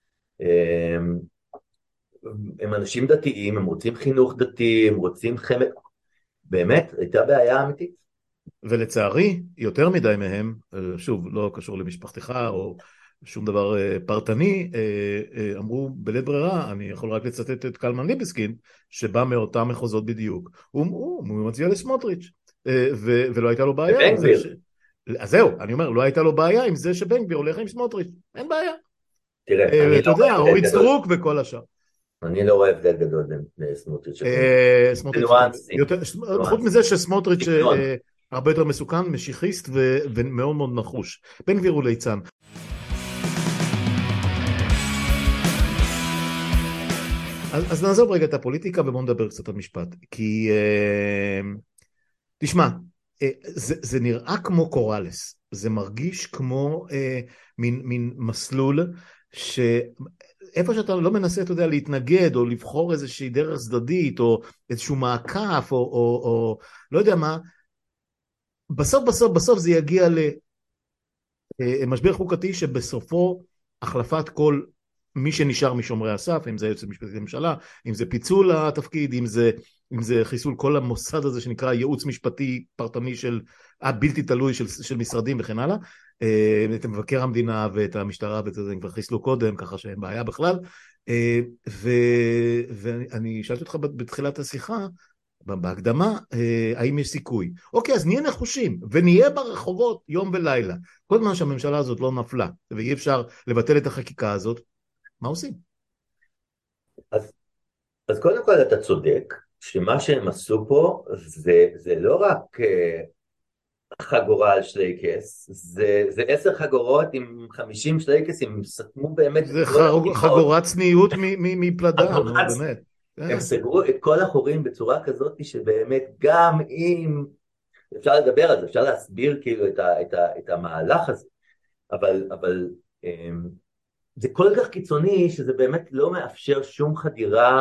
הם, הם אנשים דתיים, הם רוצים חינוך דתי, הם רוצים חמד, באמת, הייתה בעיה אמיתית. ולצערי, יותר מדי מהם, אה, שוב, לא קשור למשפחתך או שום דבר אה, פרטני, אה, אה, אמרו בלית ברירה, אני יכול רק לצטט את קלמן ליבסקין, שבא מאותם מחוזות בדיוק, הוא, הוא, הוא מצביע לסמוטריץ', אה, ו- ולא הייתה לו בעיה ובן עם זה ש... גביר, אז זהו, אני אומר, לא הייתה לו בעיה עם זה שבן גביר הולך עם סמוטריץ', אין בעיה. תראה, אה, אני אתה לא יודע, רואה הבדל אורית גדול, סטרוק וכל השאר. אני לא רואה הבדל גדול בין בין סמוטריץ' ובן גביר. אה, סמוטריץ', בניואנסים, יותר, חוץ ניואנסים, מזה שסמוטריץ' סגנון. אה, הרבה יותר מסוכן, משיחיסט ו- ומאוד מאוד נחוש. בן גביר הוא ליצן. אז, אז נעזוב רגע את הפוליטיקה ובואו נדבר קצת על משפט. כי, אה, תשמע, אה, זה, זה נראה כמו קוראלס. זה מרגיש כמו אה, מין, מין מסלול שאיפה שאתה לא מנסה, אתה יודע, להתנגד או לבחור איזושהי דרך צדדית או איזשהו מעקף או, או, או לא יודע מה, בסוף בסוף בסוף זה יגיע למשבר חוקתי שבסופו החלפת כל מי שנשאר משומרי הסף, אם זה היועץ המשפטי לממשלה, אם זה פיצול התפקיד, אם זה, אם זה חיסול כל המוסד הזה שנקרא ייעוץ משפטי פרטני של, הבלתי תלוי של, של משרדים וכן הלאה, את מבקר המדינה ואת המשטרה ואת זה הם כבר חיסלו קודם, ככה שאין בעיה בכלל, ו, ואני שאלתי אותך בתחילת השיחה, בהקדמה, האם יש סיכוי? אוקיי, אז נהיה נחושים, ונהיה ברחובות יום ולילה. כל זמן שהממשלה הזאת לא נפלה, ואי אפשר לבטל את החקיקה הזאת, מה עושים? אז, אז קודם כל אתה צודק, שמה שהם עשו פה זה, זה לא רק אה, חגורה על שלייקס, זה, זה עשר חגורות עם חמישים שלייקסים, הם סתמו באמת את זה כל חג- הפתיחות, חגורת צניעות מ- מ- מפלדה, נו חגורת, באמת. הם כן. סגרו את כל החורים בצורה כזאת שבאמת גם אם אפשר לדבר על זה, אפשר להסביר כאילו את, ה, את, ה, את המהלך הזה, אבל, אבל אמ, זה כל כך קיצוני שזה באמת לא מאפשר שום חדירה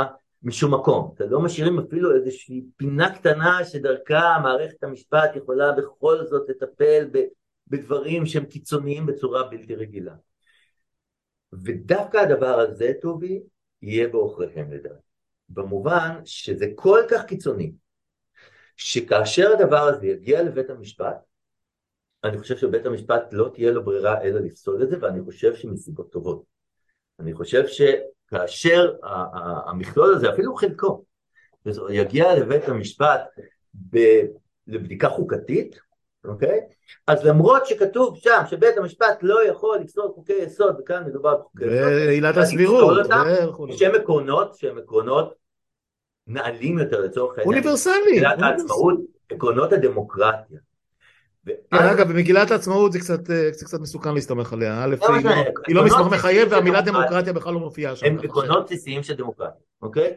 משום מקום. אתה לא משאירים אפילו איזושהי פינה קטנה שדרכה מערכת המשפט יכולה בכל זאת לטפל בדברים שהם קיצוניים בצורה בלתי רגילה. ודווקא הדבר הזה, טובי, יהיה בעוכריהם לדעת. במובן שזה כל כך קיצוני, שכאשר הדבר הזה יגיע לבית המשפט, אני חושב שבית המשפט לא תהיה לו ברירה אלא לפסול את זה, ואני חושב שמסיבות טובות. אני חושב שכאשר המכלול הזה, אפילו חלקו, יגיע לבית המשפט ב- לבדיקה חוקתית, אוקיי? אז למרות שכתוב שם שבית המשפט לא יכול לפסול חוקי יסוד, וכאן מדובר בחוקי יסוד, ועילת הסבירות, שהם עקרונות, שהם עקרונות נעלים יותר לצורך העניין, אוניברסליים, מגילת העצמאות, עקרונות הדמוקרטיה. כן, אגב, במגילת העצמאות זה קצת, זה קצת מסוכן להסתמך עליה. א', היא לא, היא לא מסמך מחייב, והמילה דמוקרטיה בכלל לא מופיעה שם. הם עקרונות בסיסיים של דמוקרטיה, אוקיי?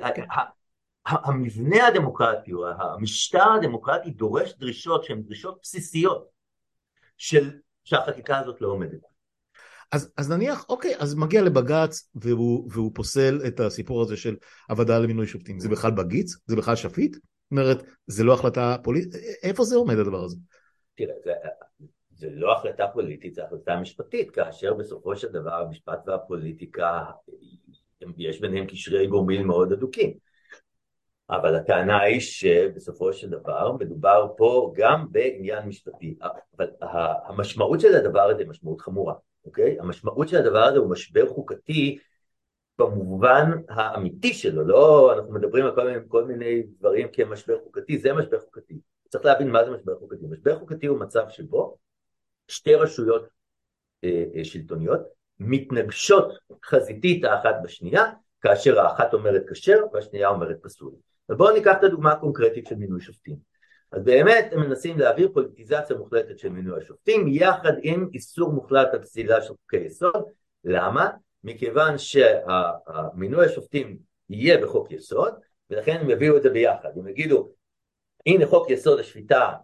המבנה הדמוקרטי, המשטר הדמוקרטי דורש דרישות שהן דרישות בסיסיות של שהחקיקה הזאת לא עומדת. אז, אז נניח, אוקיי, אז מגיע לבג"ץ והוא, והוא פוסל את הסיפור הזה של הוועדה למינוי שופטים. זה בכלל בגיץ? זה בכלל שפיט? זאת אומרת, זה לא החלטה פוליטית? איפה זה עומד הדבר הזה? תראה, זה, זה לא החלטה פוליטית, זה החלטה משפטית, כאשר בסופו של דבר המשפט והפוליטיקה, יש ביניהם קשרי גורמים מאוד אדוקים. אבל הטענה היא שבסופו של דבר מדובר פה גם בעניין משפטי, אבל המשמעות של הדבר הזה היא משמעות חמורה, אוקיי? המשמעות של הדבר הזה הוא משבר חוקתי במובן האמיתי שלו, לא אנחנו מדברים על כל מיני, כל מיני דברים כמשבר חוקתי, זה משבר חוקתי. צריך להבין מה זה משבר חוקתי. משבר חוקתי הוא מצב שבו שתי רשויות אה, אה, שלטוניות מתנגשות חזיתית האחת בשנייה, כאשר האחת אומרת כשר והשנייה אומרת פסול. אז בואו ניקח את הדוגמה הקונקרטית של מינוי שופטים. אז באמת הם מנסים להעביר פוליטיזציה מוחלטת של מינוי השופטים, יחד עם איסור מוחלט על פסילה של חוקי יסוד. למה? מכיוון שהמינוי השופטים יהיה בחוק יסוד, ולכן הם יביאו את זה ביחד. הם יגידו, הנה חוק יסוד השפיטה,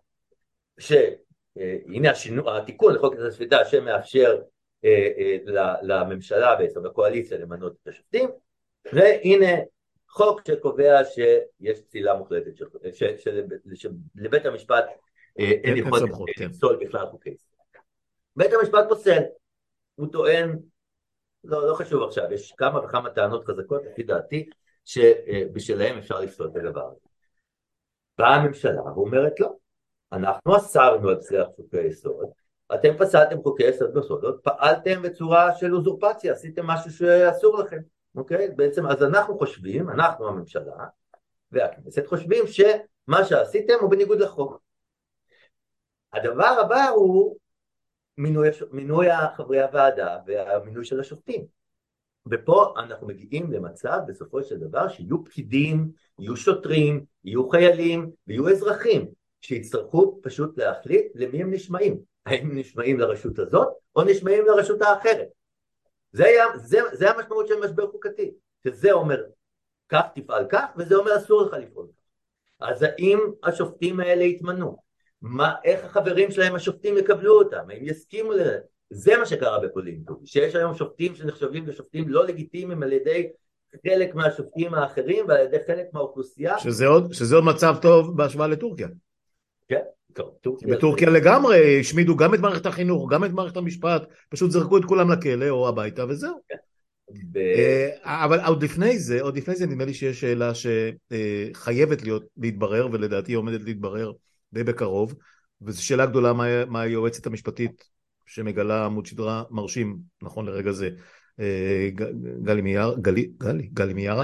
שהנה השינו, התיקון לחוק יסוד השפיטה שמאפשר אה, אה, לממשלה בעצם, לקואליציה למנות את השופטים, והנה חוק שקובע שיש פסילה מוחלטת, שלבית המשפט אה, אין יכולת לפסול בכלל חוקי יסוד. בית המשפט פוסל, הוא טוען, לא, לא חשוב עכשיו, יש כמה וכמה טענות חזקות, לפי דעתי, שבשלהם אפשר לפסול את הדבר הזה. באה הממשלה ואומרת לא, אנחנו אסרנו על פסילת חוקי יסוד, אתם פסלתם חוקי יסוד בסודות, פעלתם בצורה של אוזורפציה, עשיתם משהו שאסור לכם, אוקיי? בעצם אז אנחנו חושבים, אנחנו הממשלה והכנסת חושבים שמה שעשיתם הוא בניגוד לחוק. הדבר הבא הוא מינוי, מינוי חברי הוועדה והמינוי של השופטים. ופה אנחנו מגיעים למצב בסופו של דבר שיהיו פקידים, יהיו שוטרים, יהיו חיילים ויהיו אזרחים שיצטרכו פשוט להחליט למי הם נשמעים. האם נשמעים לרשות הזאת או נשמעים לרשות האחרת. זה, היה, זה, זה המשמעות של משבר חוקתי. שזה אומר כך תפעל כך וזה אומר אסור לך לפעול. אז האם השופטים האלה יתמנו? מה, איך החברים שלהם השופטים יקבלו אותם? האם יסכימו לזה? זה מה שקרה בפולין, שיש היום שופטים שנחשבים לשופטים לא לגיטימיים על ידי חלק מהשופטים האחרים ועל ידי חלק מהאוכלוסייה. שזה עוד, שזה עוד מצב טוב בהשוואה לטורקיה. כן, טוב, טורקיה. בטורקיה לגמרי השמידו גם את מערכת החינוך, גם את מערכת המשפט, פשוט זרקו את כולם לכלא או הביתה וזהו. ב... אבל עוד לפני זה, עוד לפני זה נדמה לי שיש שאלה שחייבת להיות להתברר, ולדעתי עומדת להתברר די בקרוב, וזו שאלה גדולה מה, מה היועצת המשפטית שמגלה עמוד שדרה מרשים, נכון לרגע זה, גלי מיארה, גלי, גלי, גלי מיארה,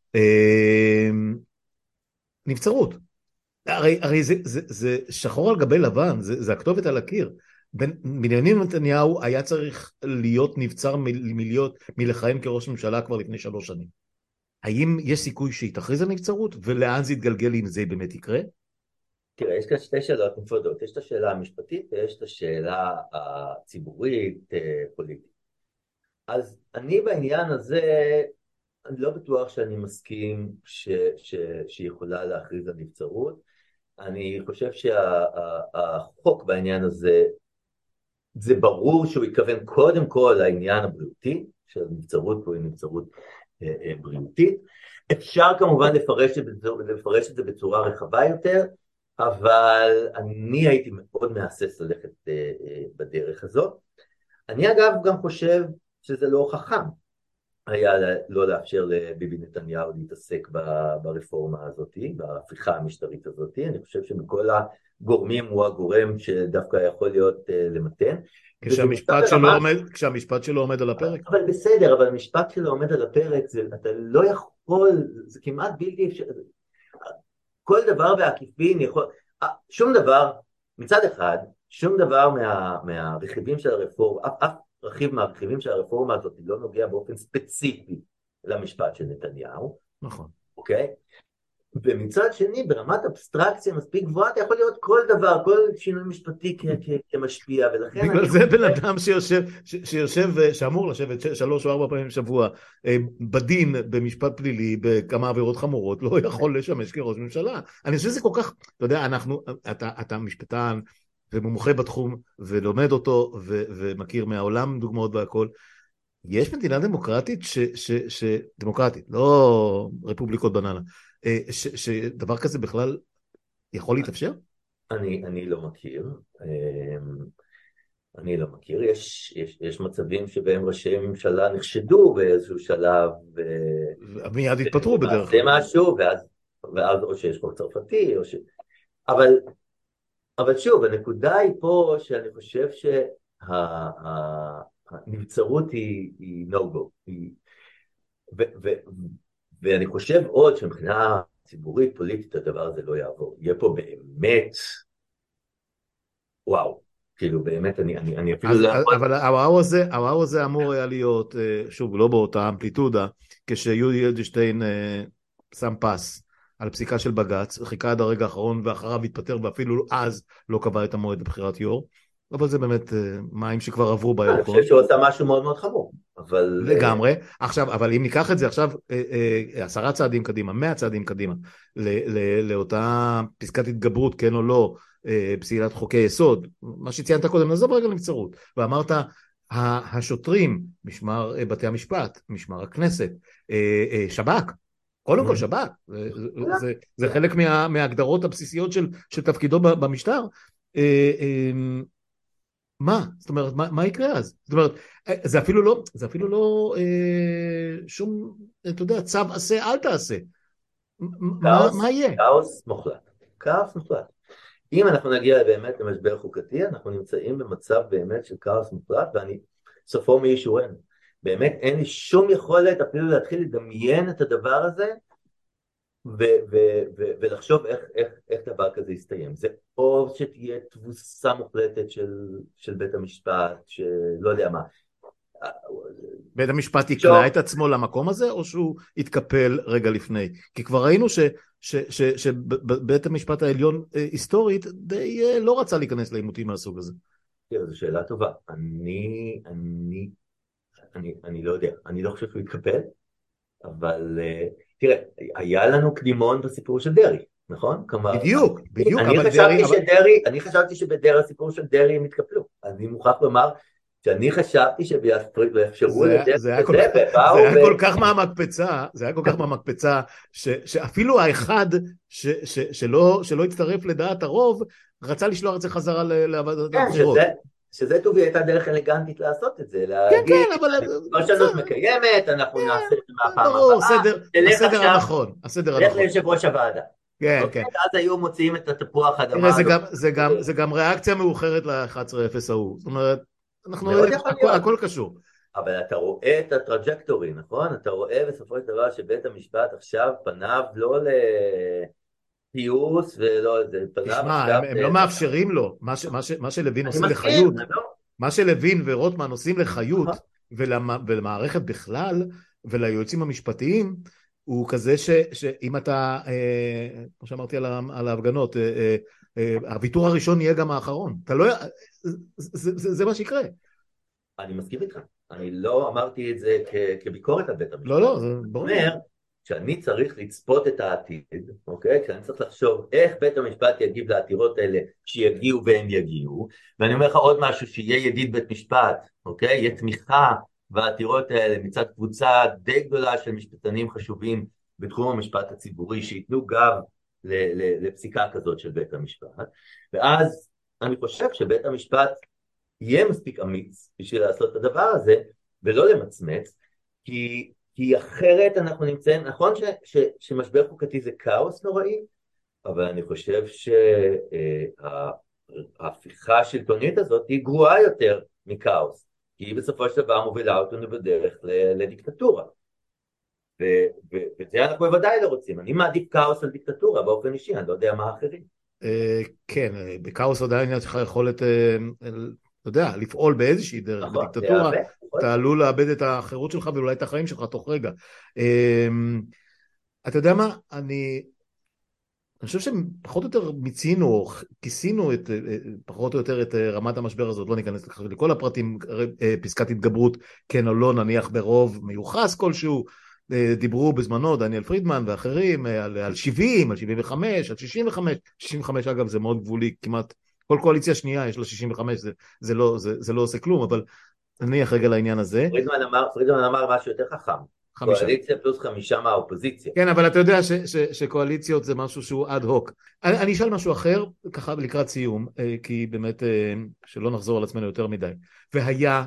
נבצרות. הרי, הרי זה, זה, זה שחור על גבי לבן, זה, זה הכתובת על הקיר. בנימין נתניהו היה צריך להיות נבצר מלהיות, מלכהן כראש ממשלה כבר לפני שלוש שנים. האם יש סיכוי שיתכריז על נבצרות, ולאן זה יתגלגל אם זה באמת יקרה? תראה, יש כאן שתי שאלות נפרדות, יש את השאלה המשפטית ויש את השאלה הציבורית פוליטית. אז אני בעניין הזה, אני לא בטוח שאני מסכים ש, ש, שיכולה להכריז על נבצרות. אני חושב שהחוק בעניין הזה, זה ברור שהוא יכוון קודם כל לעניין הבריאותי, של נבצרות פה היא נבצרות בריאותית, אפשר כמובן לפרש את, זה, לפרש את זה בצורה רחבה יותר, אבל אני הייתי מאוד מהסס ללכת uh, uh, בדרך הזאת. אני אגב גם חושב שזה לא חכם היה לא לאפשר לביבי נתניהו להתעסק ברפורמה הזאת, בהפיכה המשטרית הזאת. אני חושב שמכל הגורמים הוא הגורם שדווקא יכול להיות למתן. כשהמשפט שלו עומד, כשהמשפט שלו עומד על הפרק. אבל בסדר, אבל המשפט שלו עומד על הפרק, זה, אתה לא יכול, זה כמעט בלתי אפשר, כל דבר בעקיפין יכול, שום דבר, מצד אחד, שום דבר מה, מהרכיבים של הרפורמה, אף, אף רכיב מהרכיבים של הרפורמה הזאת לא נוגע באופן ספציפי למשפט של נתניהו. נכון. אוקיי? ומצד שני, ברמת אבסטרקציה מספיק גבוהה, אתה יכול להיות כל דבר, כל שינוי משפטי כמשפיע, ולכן... בגלל זה בן אדם שיושב, שיושב, שאמור לשבת שלוש או ארבע פעמים בשבוע, בדין, במשפט פלילי, בכמה עבירות חמורות, לא יכול לשמש כראש ממשלה. אני חושב שזה כל כך, אתה יודע, אנחנו, אתה, אתה משפטן, ומומחה בתחום, ולומד אותו, ו, ומכיר מהעולם דוגמאות והכל. יש מדינה דמוקרטית, ש, ש, ש, דמוקרטית, לא רפובליקות בננה, ש, שדבר כזה בכלל יכול להתאפשר? אני, אני לא מכיר. אני לא מכיר. יש, יש, יש מצבים שבהם ראשי ממשלה נחשדו באיזשהו שלב. מיד התפטרו בדרך כלל. זה משהו, ואז, ואז או שיש חוק צרפתי, או ש... אבל... אבל שוב, הנקודה היא פה שאני חושב שהנבצרות היא, היא no-go. היא, ו, ו, ואני חושב עוד שמבחינה ציבורית, פוליטית, הדבר הזה לא יעבור. יהיה פה באמת, וואו, כאילו באמת, אני, אני, אני אפילו אז, לא יכול... אבל הוואו הזה, הוואו הזה אמור היה להיות, שוב, לא באותה אמפליטודה, כשיולי אדלשטיין שם פס. על פסיקה של בג"ץ, חיכה עד הרגע האחרון ואחריו התפטר, ואפילו אז לא קבע את המועד לבחירת יו"ר, אבל זה באמת מים שכבר עברו בירקון. אני חושב שהוא עושה משהו מאוד מאוד חמור, אבל... לגמרי. עכשיו, אבל אם ניקח את זה עכשיו, עשרה צעדים קדימה, מאה צעדים קדימה, לאותה פסקת התגברות, כן או לא, פסילת חוקי יסוד, מה שציינת קודם, נעזוב רגע לנבצרות, ואמרת, השוטרים, משמר בתי המשפט, משמר הכנסת, שב"כ, קודם כל שב"כ, זה חלק מההגדרות הבסיסיות של תפקידו במשטר. מה? זאת אומרת, מה יקרה אז? זאת אומרת, זה אפילו לא, זה אפילו לא שום, אתה יודע, צו עשה, אל תעשה. מה יהיה? כאוס מוחלט. כאוס מוחלט. אם אנחנו נגיע באמת למשבר חוקתי, אנחנו נמצאים במצב באמת של כאוס מוחלט, ואני סופו מי ישורנו. באמת אין לי שום יכולת אפילו להתחיל לדמיין את הדבר הזה, ו- ו- ו- ולחשוב איך, איך, איך דבר כזה יסתיים. זה או שתהיה תבוסה מוחלטת של, של בית המשפט, שלא יודע מה. בית המשפט יקלע את עצמו למקום הזה, או שהוא יתקפל רגע לפני? כי כבר ראינו ש, ש, ש, שבית המשפט העליון היסטורית די לא רצה להיכנס לעימותים מהסוג הזה. תראה, זו שאלה טובה. אני, אני, אני, אני לא יודע. אני לא חושב שהוא יתקפל, אבל תראה, היה לנו קדימון בסיפור של דרי, נכון? בדיוק, בדיוק. אני חשבתי שדרי, אני חשבתי שבדרי הסיפור של דרי הם התקפלו. אני מוכרח לומר שאני חשבתי שיאפשרו לדרי, זה היה כל כך מהמקפצה, זה היה כל כך מהמקפצה, שאפילו האחד שלא הצטרף לדעת הרוב, רצה לשלוח את זה חזרה לוועדת הבחירות. שזה טובי הייתה דרך אלגנטית לעשות את זה, כן, כן, אבל... פרשנות מקיימת, אנחנו נעשה את זה מהפעם הבאה. הסדר הנכון, הסדר הנכון. לך ליושב ראש הוועדה. כן, כן. אז היו מוציאים את התפוח אדמה. זה גם ריאקציה מאוחרת ל-אחת עשרה אפס ההוא. זאת אומרת, אנחנו יודעים, הכל קשור. אבל אתה רואה את הטראג'קטורי, נכון? אתה רואה בסופו של דבר שבית המשפט עכשיו פניו לא ל... פיוס ולא, זה פניו... תשמע, הם לא מאפשרים לו, מה שלוין עושים לחיות, מה שלוין ורוטמן עושים לחיות, ולמערכת בכלל, וליועצים המשפטיים, הוא כזה שאם אתה, כמו שאמרתי על ההפגנות, הוויתור הראשון יהיה גם האחרון. אתה לא... זה מה שיקרה. אני מסכים איתך. אני לא אמרתי את זה כביקורת על בית המשפט. לא, לא, זה ברור. שאני צריך לצפות את העתיד, אוקיי? כשאני צריך לחשוב איך בית המשפט יגיב לעתירות האלה שיגיעו והם יגיעו, ואני אומר לך עוד משהו, שיהיה ידיד בית משפט, אוקיי? יהיה תמיכה בעתירות האלה מצד קבוצה די גדולה של משפטנים חשובים בתחום המשפט הציבורי, שיתנו גב לפסיקה כזאת של בית המשפט, ואז אני חושב שבית המשפט יהיה מספיק אמיץ בשביל לעשות את הדבר הזה, ולא למצמץ, כי, כי אחרת אנחנו נמצאים, נכון ש, ש, שמשבר חוקתי זה כאוס נוראי, אבל אני חושב שההפיכה השלטונית הזאת היא גרועה יותר מכאוס, כי היא בסופו של דבר מובילה אותנו בדרך לדיקטטורה. וזה אנחנו בוודאי לא רוצים. אני מעדיף כאוס על דיקטטורה באופן אישי, אני לא יודע מה האחרים. כן, בכאוס עדיין יש לך יכולת, אתה יודע, לפעול באיזושהי דרך. בדיקטטורה אתה עלול לאבד את החירות שלך ואולי את החיים שלך תוך רגע. אתה יודע מה? אני אני חושב שפחות או יותר מיצינו או כיסינו את, פחות או יותר את רמת המשבר הזאת, לא ניכנס לכל הפרטים, פסקת התגברות כן או לא, נניח ברוב מיוחס כלשהו, דיברו בזמנו דניאל פרידמן ואחרים על, על שבעים, על שבעים וחמש, על שישים וחמש, שישים וחמש אגב זה מאוד גבולי, כמעט כל קואליציה שנייה יש לה שישים וחמש, זה, זה, לא, זה, זה לא עושה כלום, אבל נניח רגע לעניין הזה. פרידמן אמר, פרידמן אמר משהו יותר חכם. חמישה. קואליציה פלוס חמישה מהאופוזיציה. כן, אבל אתה יודע ש, ש, שקואליציות זה משהו שהוא אד הוק. אני, אני אשאל משהו אחר, ככה לקראת סיום, כי באמת שלא נחזור על עצמנו יותר מדי. והיה,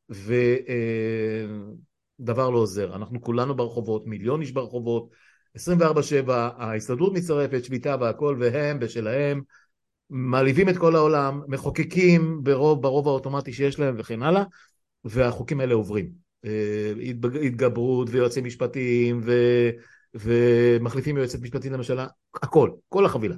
ודבר לא עוזר. אנחנו כולנו ברחובות, מיליון איש ברחובות, עשרים וארבע שבע, ההסתדרות מצטרפת, שביתה והכל, והם בשלהם, מעליבים את כל העולם, מחוקקים ברוב, ברוב האוטומטי שיש להם וכן הלאה, והחוקים האלה עוברים. התגברות ויועצים משפטיים ו... ומחליפים יועצת משפטית לממשלה, הכל, כל החבילה.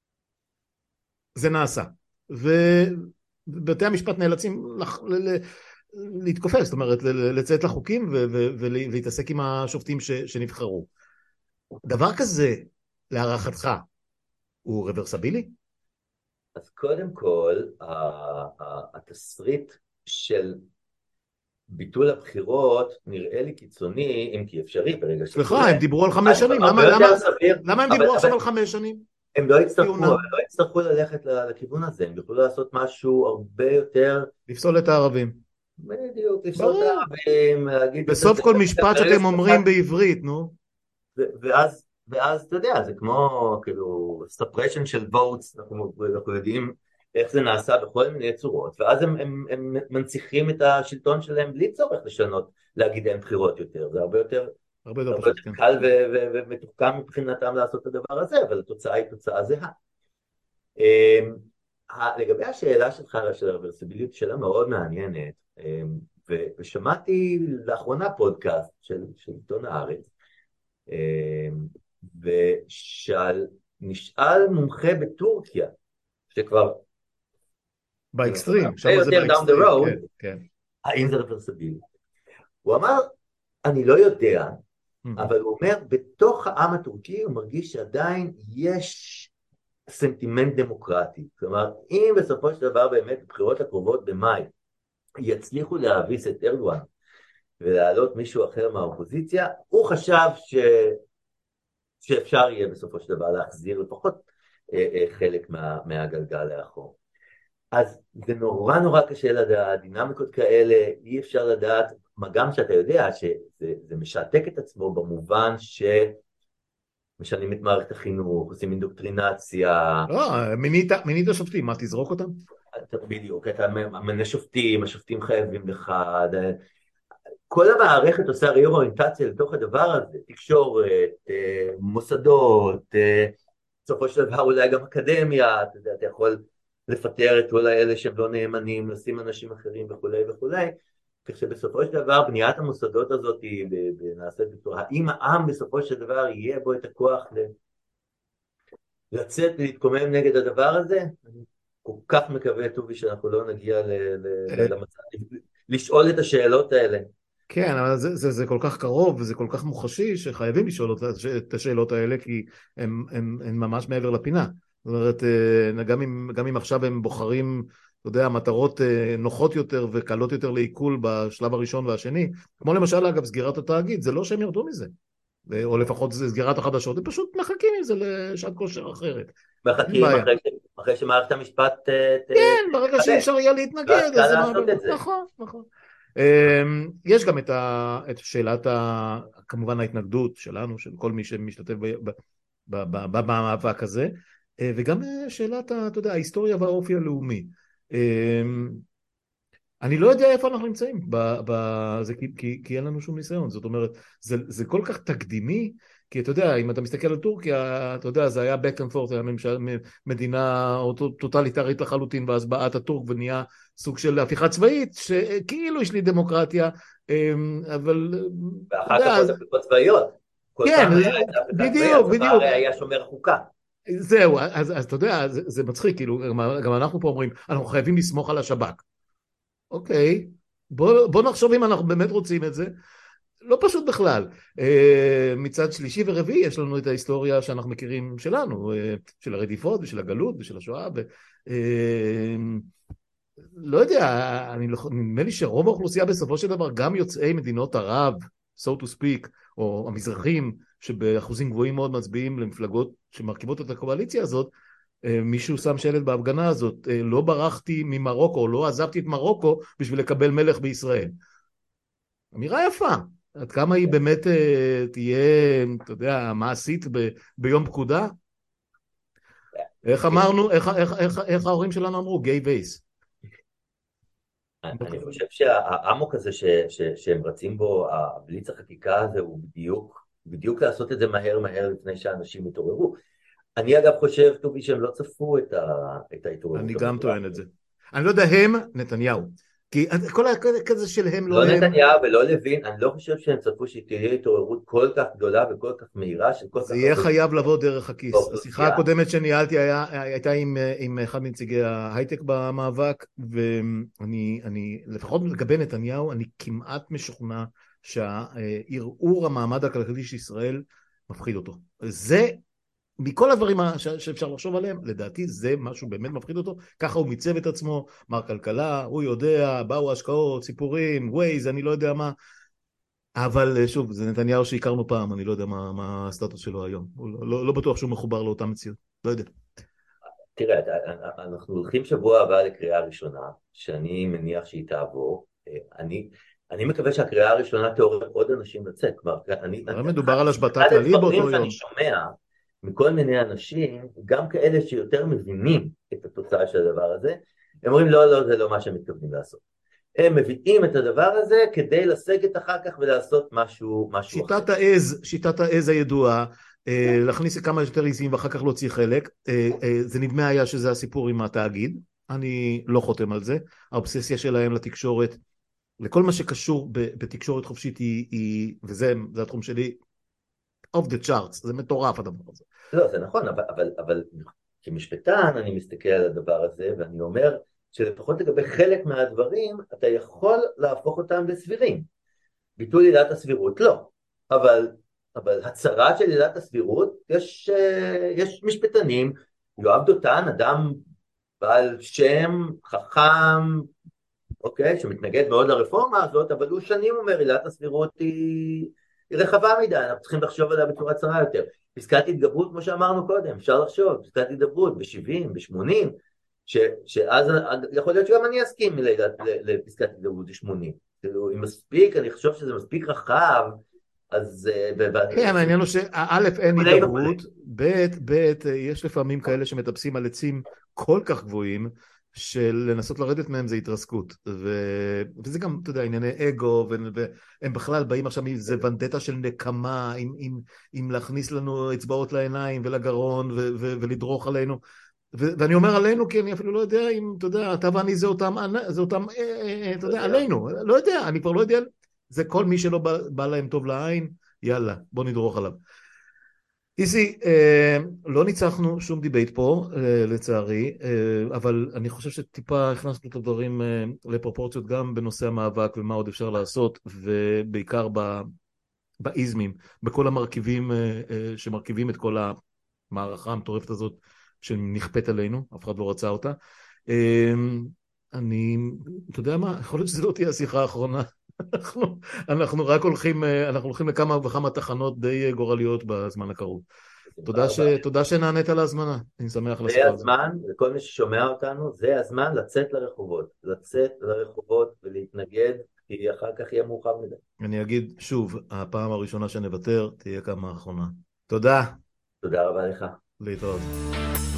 זה נעשה. ובתי המשפט נאלצים לח... ל... להתכופף, זאת אומרת, לציית לחוקים ו... ו... ולהתעסק עם השופטים ש... שנבחרו. דבר כזה, להערכתך, הוא רוורסבילי? אז קודם כל, התסריט של ביטול הבחירות נראה לי קיצוני, אם כי אפשרי ברגע שזה. סליחה, הם דיברו על חמש שנים, למה הם דיברו עכשיו על חמש שנים? הם לא יצטרכו ללכת לכיוון הזה, הם יוכלו לעשות משהו הרבה יותר... לפסול את הערבים. בדיוק, לפסול את הערבים, בסוף כל משפט שאתם אומרים בעברית, נו. ואז, ואז, אתה יודע, זה כמו, כאילו, suppression של votes, אנחנו יודעים, איך זה נעשה בכל מיני צורות, ואז הם, הם, הם מנציחים את השלטון שלהם בלי צורך לשנות, להגיד אין בחירות יותר, זה הרבה יותר, הרבה יותר, הרבה יותר כן. קל ו- ו- ומתוחכם מבחינתם לעשות את הדבר הזה, אבל התוצאה היא תוצאה זהה. לגבי השאלה שלך של הרוורסביליות, שאלה מאוד מעניינת, ושמעתי לאחרונה פודקאסט של, של עיתון הארץ, ושאל, נשאל מומחה בטורקיה, שכבר באקסטרים, שם זה באקסטרים, האם זה רוורסבילי? הוא אמר, אני לא יודע, אבל הוא אומר, בתוך העם הטורקי הוא מרגיש שעדיין יש סנטימנט דמוקרטי. כלומר, אם בסופו של דבר באמת בבחירות הקרובות במאי יצליחו להביס את ארדואן ולהעלות מישהו אחר מהאופוזיציה, הוא חשב ש... שאפשר יהיה בסופו של דבר להחזיר לפחות אה, אה, חלק מה... מהגלגל לאחור. אז זה נורא נורא קשה לדעת, דינמיקות כאלה, אי אפשר לדעת, מה גם שאתה יודע שזה משעתק את עצמו במובן ש... משנים את מערכת החינוך, עושים אינדוקטרינציה. לא, מינית, מינית השופטים, מה תזרוק אותם? בדיוק, אתה מנה שופטים, השופטים חייבים לך, כל המערכת עושה ריאוריינטציה לתוך הדבר הזה, תקשורת, מוסדות, בסופו של דבר אולי גם אקדמיה, אתה יודע, אתה יכול לפטר את כל האלה שהם לא נאמנים, לשים אנשים אחרים וכולי וכולי, כך שבסופו של דבר בניית המוסדות הזאת נעשית בצורה, האם העם בסופו של דבר יהיה בו את הכוח לצאת ולהתקומם נגד הדבר הזה? אני כל כך מקווה טובי שאנחנו לא נגיע למצב, לשאול את השאלות האלה. כן, אבל זה, זה, זה כל כך קרוב וזה כל כך מוחשי שחייבים לשאול את השאלות האלה כי הם, הם, הם ממש מעבר לפינה. זאת אומרת, גם אם, גם אם עכשיו הם בוחרים, אתה יודע, מטרות נוחות יותר וקלות יותר לעיכול בשלב הראשון והשני, כמו למשל, אגב, סגירת התאגיד, זה לא שהם ירדו מזה, או לפחות זה סגירת החדשות, הם פשוט מחכים עם זה לשעת כושר אחרת. מחכים אחרי, אחרי שמערכת המשפט... כן, ברגע שאי אפשר יהיה להתנגד, אז זה... נכון, נכון. יש גם את, ה, את שאלת, ה, כמובן ההתנגדות שלנו, של כל מי שמשתתף ב, ב, ב, ב, במאבק הזה, וגם שאלת, אתה יודע, ההיסטוריה והאופי הלאומי. אני לא יודע איפה אנחנו נמצאים, ב, ב, זה, כי, כי, כי אין לנו שום ניסיון, זאת אומרת, זה, זה כל כך תקדימי, כי אתה יודע, אם אתה מסתכל על טורקיה, אתה יודע, זה היה back and forth, היה ממשל, מדינה טוטליטרית לחלוטין, ואז באת הטורק ונהיה סוג של הפיכה צבאית, שכאילו יש לי דמוקרטיה, אבל... ואחר כך עוד הפיכות צבאיות. כל כן, פעם היה את הפיכה צבאית, הצבא היה שומר חוקה. זהו, אז, אז אתה יודע, זה, זה מצחיק, כאילו, גם אנחנו פה אומרים, אנחנו חייבים לסמוך על השב"כ. אוקיי, בוא, בוא נחשוב אם אנחנו באמת רוצים את זה. לא פשוט בכלל. מצד שלישי ורביעי יש לנו את ההיסטוריה שאנחנו מכירים שלנו, של הרדיפות ושל הגלות ושל השואה. ו... לא יודע, אני, נדמה לי שרוב האוכלוסייה בסופו של דבר, גם יוצאי מדינות ערב, so to speak, או המזרחים, שבאחוזים גבוהים מאוד מצביעים למפלגות שמרכיבות את הקואליציה הזאת, מישהו שם שלט בהפגנה הזאת, לא ברחתי ממרוקו, לא עזבתי את מרוקו בשביל לקבל מלך בישראל. אמירה יפה, עד כמה היא באמת תהיה, אתה יודע, מעשית ב, ביום פקודה? איך אמרנו, איך, איך, איך, איך ההורים שלנו אמרו? גיי וייס. אני חושב שהאמוק הזה ש, ש, שהם רצים בו, הבליץ החקיקה הזה, הוא בדיוק, בדיוק לעשות את זה מהר מהר לפני שאנשים יתעוררו. אני אגב חושב, טובי, שהם לא צפו את, ה, את ההתעוררות. אני גם טוען את זה. אני לא יודע, הם, נתניהו. כי כל הכזה של הם לא, לא הם. לא נתניהו ולא לוין, אני לא חושב שהם צפו שתהיה התעוררות כל כך גדולה וכל כך מהירה. זה יהיה חייב לבוא דרך הכיס. השיחה הקודמת שניהלתי היה, הייתה עם, עם אחד מנציגי ההייטק במאבק, ואני, אני, לפחות לגבי נתניהו, אני כמעט משוכנע שהערעור המעמד הכלכלי של ישראל מפחיד אותו. זה מכל הדברים שאפשר לחשוב עליהם, לדעתי זה משהו באמת מפחיד אותו, ככה הוא מיצב את עצמו, מר כלכלה, הוא יודע, באו השקעות, סיפורים, ווייז, אני לא יודע מה, אבל שוב, זה נתניהו שהכרנו פעם, אני לא יודע מה, מה הסטטוס שלו היום, לא, לא, לא בטוח שהוא מחובר לאותה מציאות, לא יודע. תראה, אנחנו הולכים שבוע הבא לקריאה ראשונה, שאני מניח שהיא תעבור, אני... אני מקווה שהקריאה הראשונה תעורר עוד אנשים לצאת, כלומר, אני... מדובר על השבתת כללי באותו יום. אני שומע מכל מיני אנשים, גם כאלה שיותר מבינים את התוצאה של הדבר הזה, הם אומרים לא, לא, זה לא מה שהם מתכוונים לעשות. הם מביאים את הדבר הזה כדי לסגת אחר כך ולעשות משהו, משהו שיטת אחר. העז, שיטת העז הידועה, להכניס כמה יותר עיזים ואחר כך להוציא חלק, זה נדמה היה שזה הסיפור עם התאגיד, אני לא חותם על זה, האובססיה שלהם לתקשורת, לכל מה שקשור בתקשורת חופשית היא, היא וזה זה התחום שלי, of the charts, זה מטורף הדבר הזה. לא, זה נכון, אבל, אבל, אבל כמשפטן אני מסתכל על הדבר הזה, ואני אומר שלפחות לגבי חלק מהדברים, אתה יכול להפוך אותם לסבירים. ביטול עילת הסבירות, לא. אבל, אבל הצרה של עילת הסבירות, יש, יש משפטנים, יואב דותן, אדם בעל שם, חכם, אוקיי, שמתנגד מאוד לרפורמה הזאת, אבל הוא שנים אומר, עילת הסבירות היא... היא רחבה מדי, אנחנו צריכים לחשוב עליה בצורה צרה יותר. פסקת התגברות, כמו שאמרנו קודם, אפשר לחשוב, פסקת התגברות ב-שבעים, ב-שמונים, שאז יכול להיות שגם אני אסכים לפסקת התגברות ב-שמונים. אם מספיק, אני חושב שזה מספיק רחב, אז... כן, העניין הוא שא' אין התגברות, ב', יש לפעמים כאלה שמטפסים על עצים כל כך גבוהים, של לנסות לרדת מהם זה התרסקות, ו... וזה גם, אתה יודע, ענייני אגו, ו... והם בכלל באים עכשיו מאיזה ונדטה של נקמה, עם, עם, עם להכניס לנו אצבעות לעיניים ולגרון, ו... ו... ולדרוך עלינו, ו... ואני אומר עלינו, כי אני אפילו לא יודע אם, אתה יודע, אתה ואני זה אותם, זה אותם, אתה יודע, עלינו, לא יודע, אני כבר לא יודע, זה כל מי שלא בא, בא להם טוב לעין, יאללה, בוא נדרוך עליו. איזי, לא ניצחנו שום דיבייט פה, לצערי, אבל אני חושב שטיפה הכנסנו את הדברים לפרופורציות גם בנושא המאבק ומה עוד אפשר לעשות, ובעיקר באיזמים, בכל המרכיבים שמרכיבים את כל המערכה המטורפת הזאת שנכפת עלינו, אף אחד לא רצה אותה. אני, אתה יודע מה, יכול להיות שזה לא תהיה השיחה האחרונה. אנחנו, אנחנו רק הולכים, אנחנו הולכים לכמה וכמה תחנות די גורליות בזמן הקרוב. תודה ש, תודה שנענית על ההזמנה. אני שמח לשיחה הזאת. זה הזמן, לכל מי ששומע אותנו, זה הזמן לצאת לרחובות, לצאת לרחובות ולהתנגד כי אחר כך יהיה מאוחר מדי. אני אגיד שוב, הפעם הראשונה שנוותר תהיה כמה האחרונה. תודה. תודה רבה לך. להתראות.